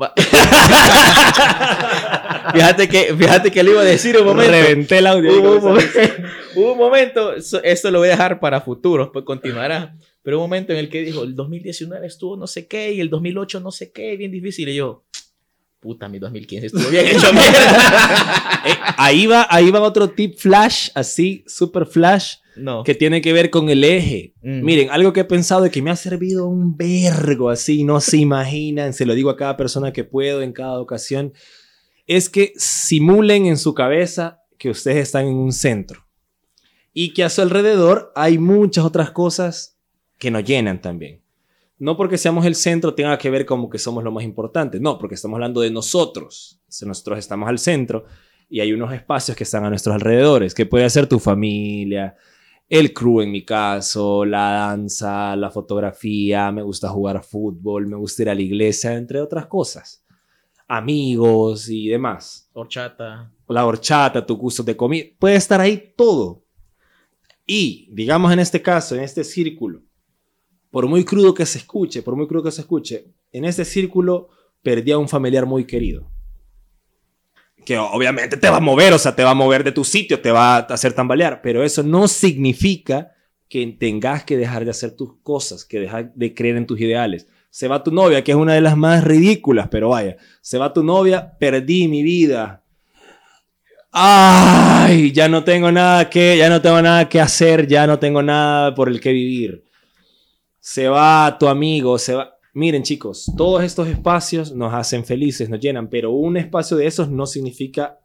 Fíjate que le iba a decir un momento. Reventé el audio. Hubo un momento, esto lo voy a dejar para futuros, pues continuará. Pero un momento en el que dijo, el 2019 estuvo no sé qué, y el 2008 no sé qué, bien difícil. Y yo, puta, mi 2015 estuvo bien hecho. Ahí va otro tip flash, así, super flash, que tiene que ver con el eje. Miren, algo que he pensado y que me ha servido un vergo, así, no se imaginan, se lo digo a cada persona que puedo en cada ocasión, es que simulen en su cabeza que ustedes están en un centro y que a su alrededor hay muchas otras cosas que nos llenan también. no porque seamos el centro tenga que ver como que somos lo más importante. No, porque estamos hablando de nosotros. Si nosotros estamos al centro y hay unos espacios que están a nuestros alrededores, que puede ser tu familia, el crew en mi caso, la danza, la fotografía, me gusta jugar fútbol, me gusta ir a la iglesia, entre otras cosas. Amigos y demás. Horchata. La horchata, tu gusto de comida, puede estar ahí todo. Y, digamos en este caso, en este círculo, por muy crudo que se escuche, en este círculo perdí a un familiar muy querido. Que obviamente te va a mover, o sea, te va a mover de tu sitio, te va a hacer tambalear, pero eso no significa que tengas que dejar de hacer tus cosas, que dejar de creer en tus ideales. Se va tu novia, que es una de las más ridículas, pero vaya, se va tu novia, perdí mi vida. Ay, ya no tengo nada que hacer, ya no tengo nada por el que vivir. Se va tu amigo, se va. Miren, chicos, todos estos espacios nos hacen felices, nos llenan, pero un espacio de esos no significa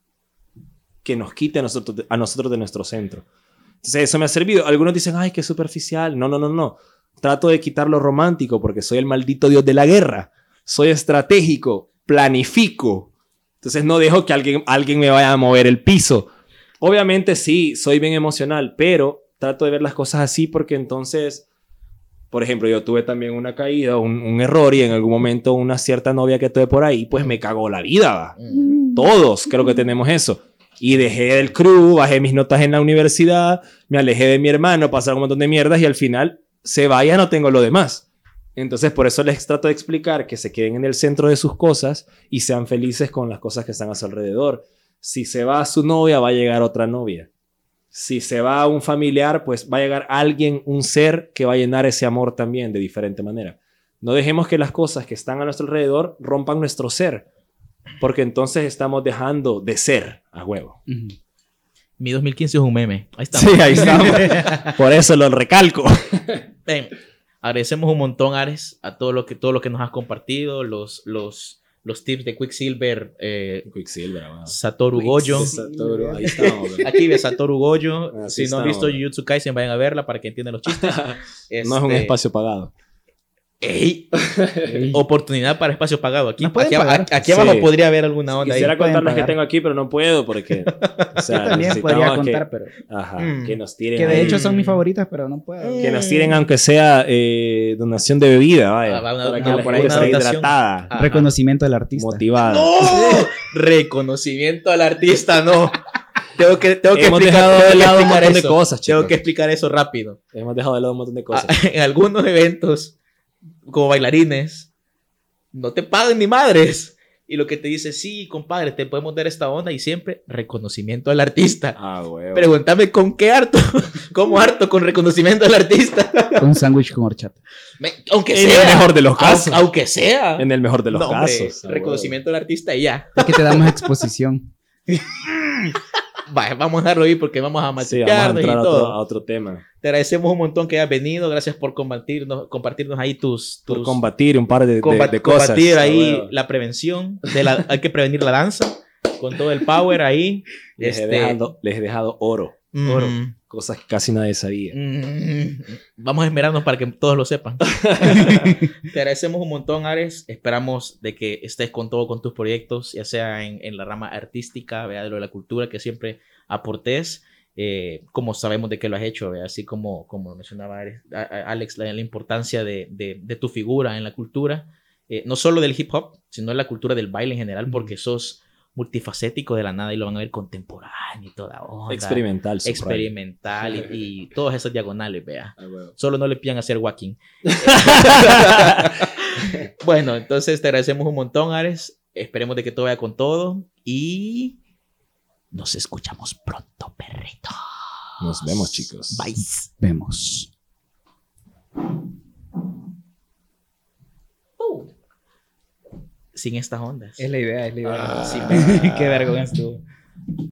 que nos quite a nosotros de nuestro centro. Entonces, eso me ha servido. Algunos dicen, ay, qué superficial. No. Trato de quitar lo romántico porque soy el maldito dios de la guerra. Soy estratégico, planifico. Entonces, no dejo que alguien me vaya a mover el piso. Obviamente, sí, soy bien emocional, pero trato de ver las cosas así porque entonces... Por ejemplo, yo tuve también una caída, un error y en algún momento una cierta novia que tuve por ahí, pues me cagó la vida, ¿va? Todos creo que tenemos eso. Y dejé el crew, bajé mis notas en la universidad, me alejé de mi hermano, pasaron un montón de mierdas y al final se va, ya no tengo lo demás. Entonces por eso les trato de explicar que se queden en el centro de sus cosas y sean felices con las cosas que están a su alrededor. Si se va su novia, va a llegar otra novia. Si se va un familiar, pues va a llegar alguien, un ser que va a llenar ese amor también de diferente manera. No dejemos que las cosas que están a nuestro alrededor rompan nuestro ser, porque entonces estamos dejando de ser a huevo. Mi 2015 es un meme. Ahí está. Sí, ahí estamos. Por eso lo recalco. Ven, agradecemos un montón, Ares, a todo lo que nos has compartido, los tips de Quicksilver, Satoru Gojo. Ahí estamos. Aquí ve Satoru Gojo. Así si no han visto Jujutsu Kaisen, vayan a verla para que entiendan los chistes. No es un espacio pagado. ¡Ey! Oportunidad para espacio pagado. Aquí Sí. abajo podría haber alguna onda. Quisiera ahí. contar las que tengo aquí, pero no puedo porque... O sea, También podría contar, pero... Ajá, que nos tiren Que de ahí. hecho son mis favoritas, pero no puedo. Que nos tiren aunque sea donación de bebida, vaya. Para que la por gente ahí esté una hidratada, Ajá. Reconocimiento del artista. motivada. ¡No! Reconocimiento al artista, no. Tengo que Hemos explicar, dejado de lado un explicar montón de eso. cosas, chicos. Tengo que explicar eso rápido. Hemos dejado de lado un montón de cosas. En algunos eventos, como bailarines, no te pagan ni madres. Y lo que te dice, sí, compadre, te podemos dar esta onda y siempre reconocimiento al artista. Huevo. Pregúntame con qué harto. ¿Cómo harto con reconocimiento al artista? Un sándwich con horchata. Aunque En sea. el mejor de los casos. Aunque sea. En el mejor de los No, hombre, casos. reconocimiento al artista y ya. Es que te damos exposición. Vaya, vamos a dejarlo ahí porque vamos a Sí, vamos a machetearnos y entrar todo. a otro tema. Te agradecemos un montón que hayas venido. Gracias por compartirnos ahí tus Por combatir un par de cosas. combatir ahí Huevo. la prevención. Hay que prevenir la danza. Con todo el power ahí. Les he dejado oro. Oro. Cosas que casi nadie sabía. Vamos a esperarnos para que todos lo sepan. Te agradecemos un montón, Ares. Esperamos de que estés con todo con tus proyectos, ya sea en la rama artística, ¿verdad? De lo de la cultura, que siempre aportes. Como sabemos de que lo has hecho, ¿verdad? Así como mencionaba Alex, la importancia de tu figura en la cultura, no solo del hip hop, sino de la cultura del baile en general, porque sos multifacético de la nada y lo van a ver contemporáneo y toda onda. Experimental. Y todas esas diagonales, vea. Huevo. Solo no le pidan hacer walking. Bueno, entonces te agradecemos un montón, Ares. Esperemos de que todo vaya con todo y nos escuchamos pronto, perrito. Nos vemos, chicos. Bye. Vemos. Sin estas ondas. Es la idea. Sí, Qué vergüenza estuvo.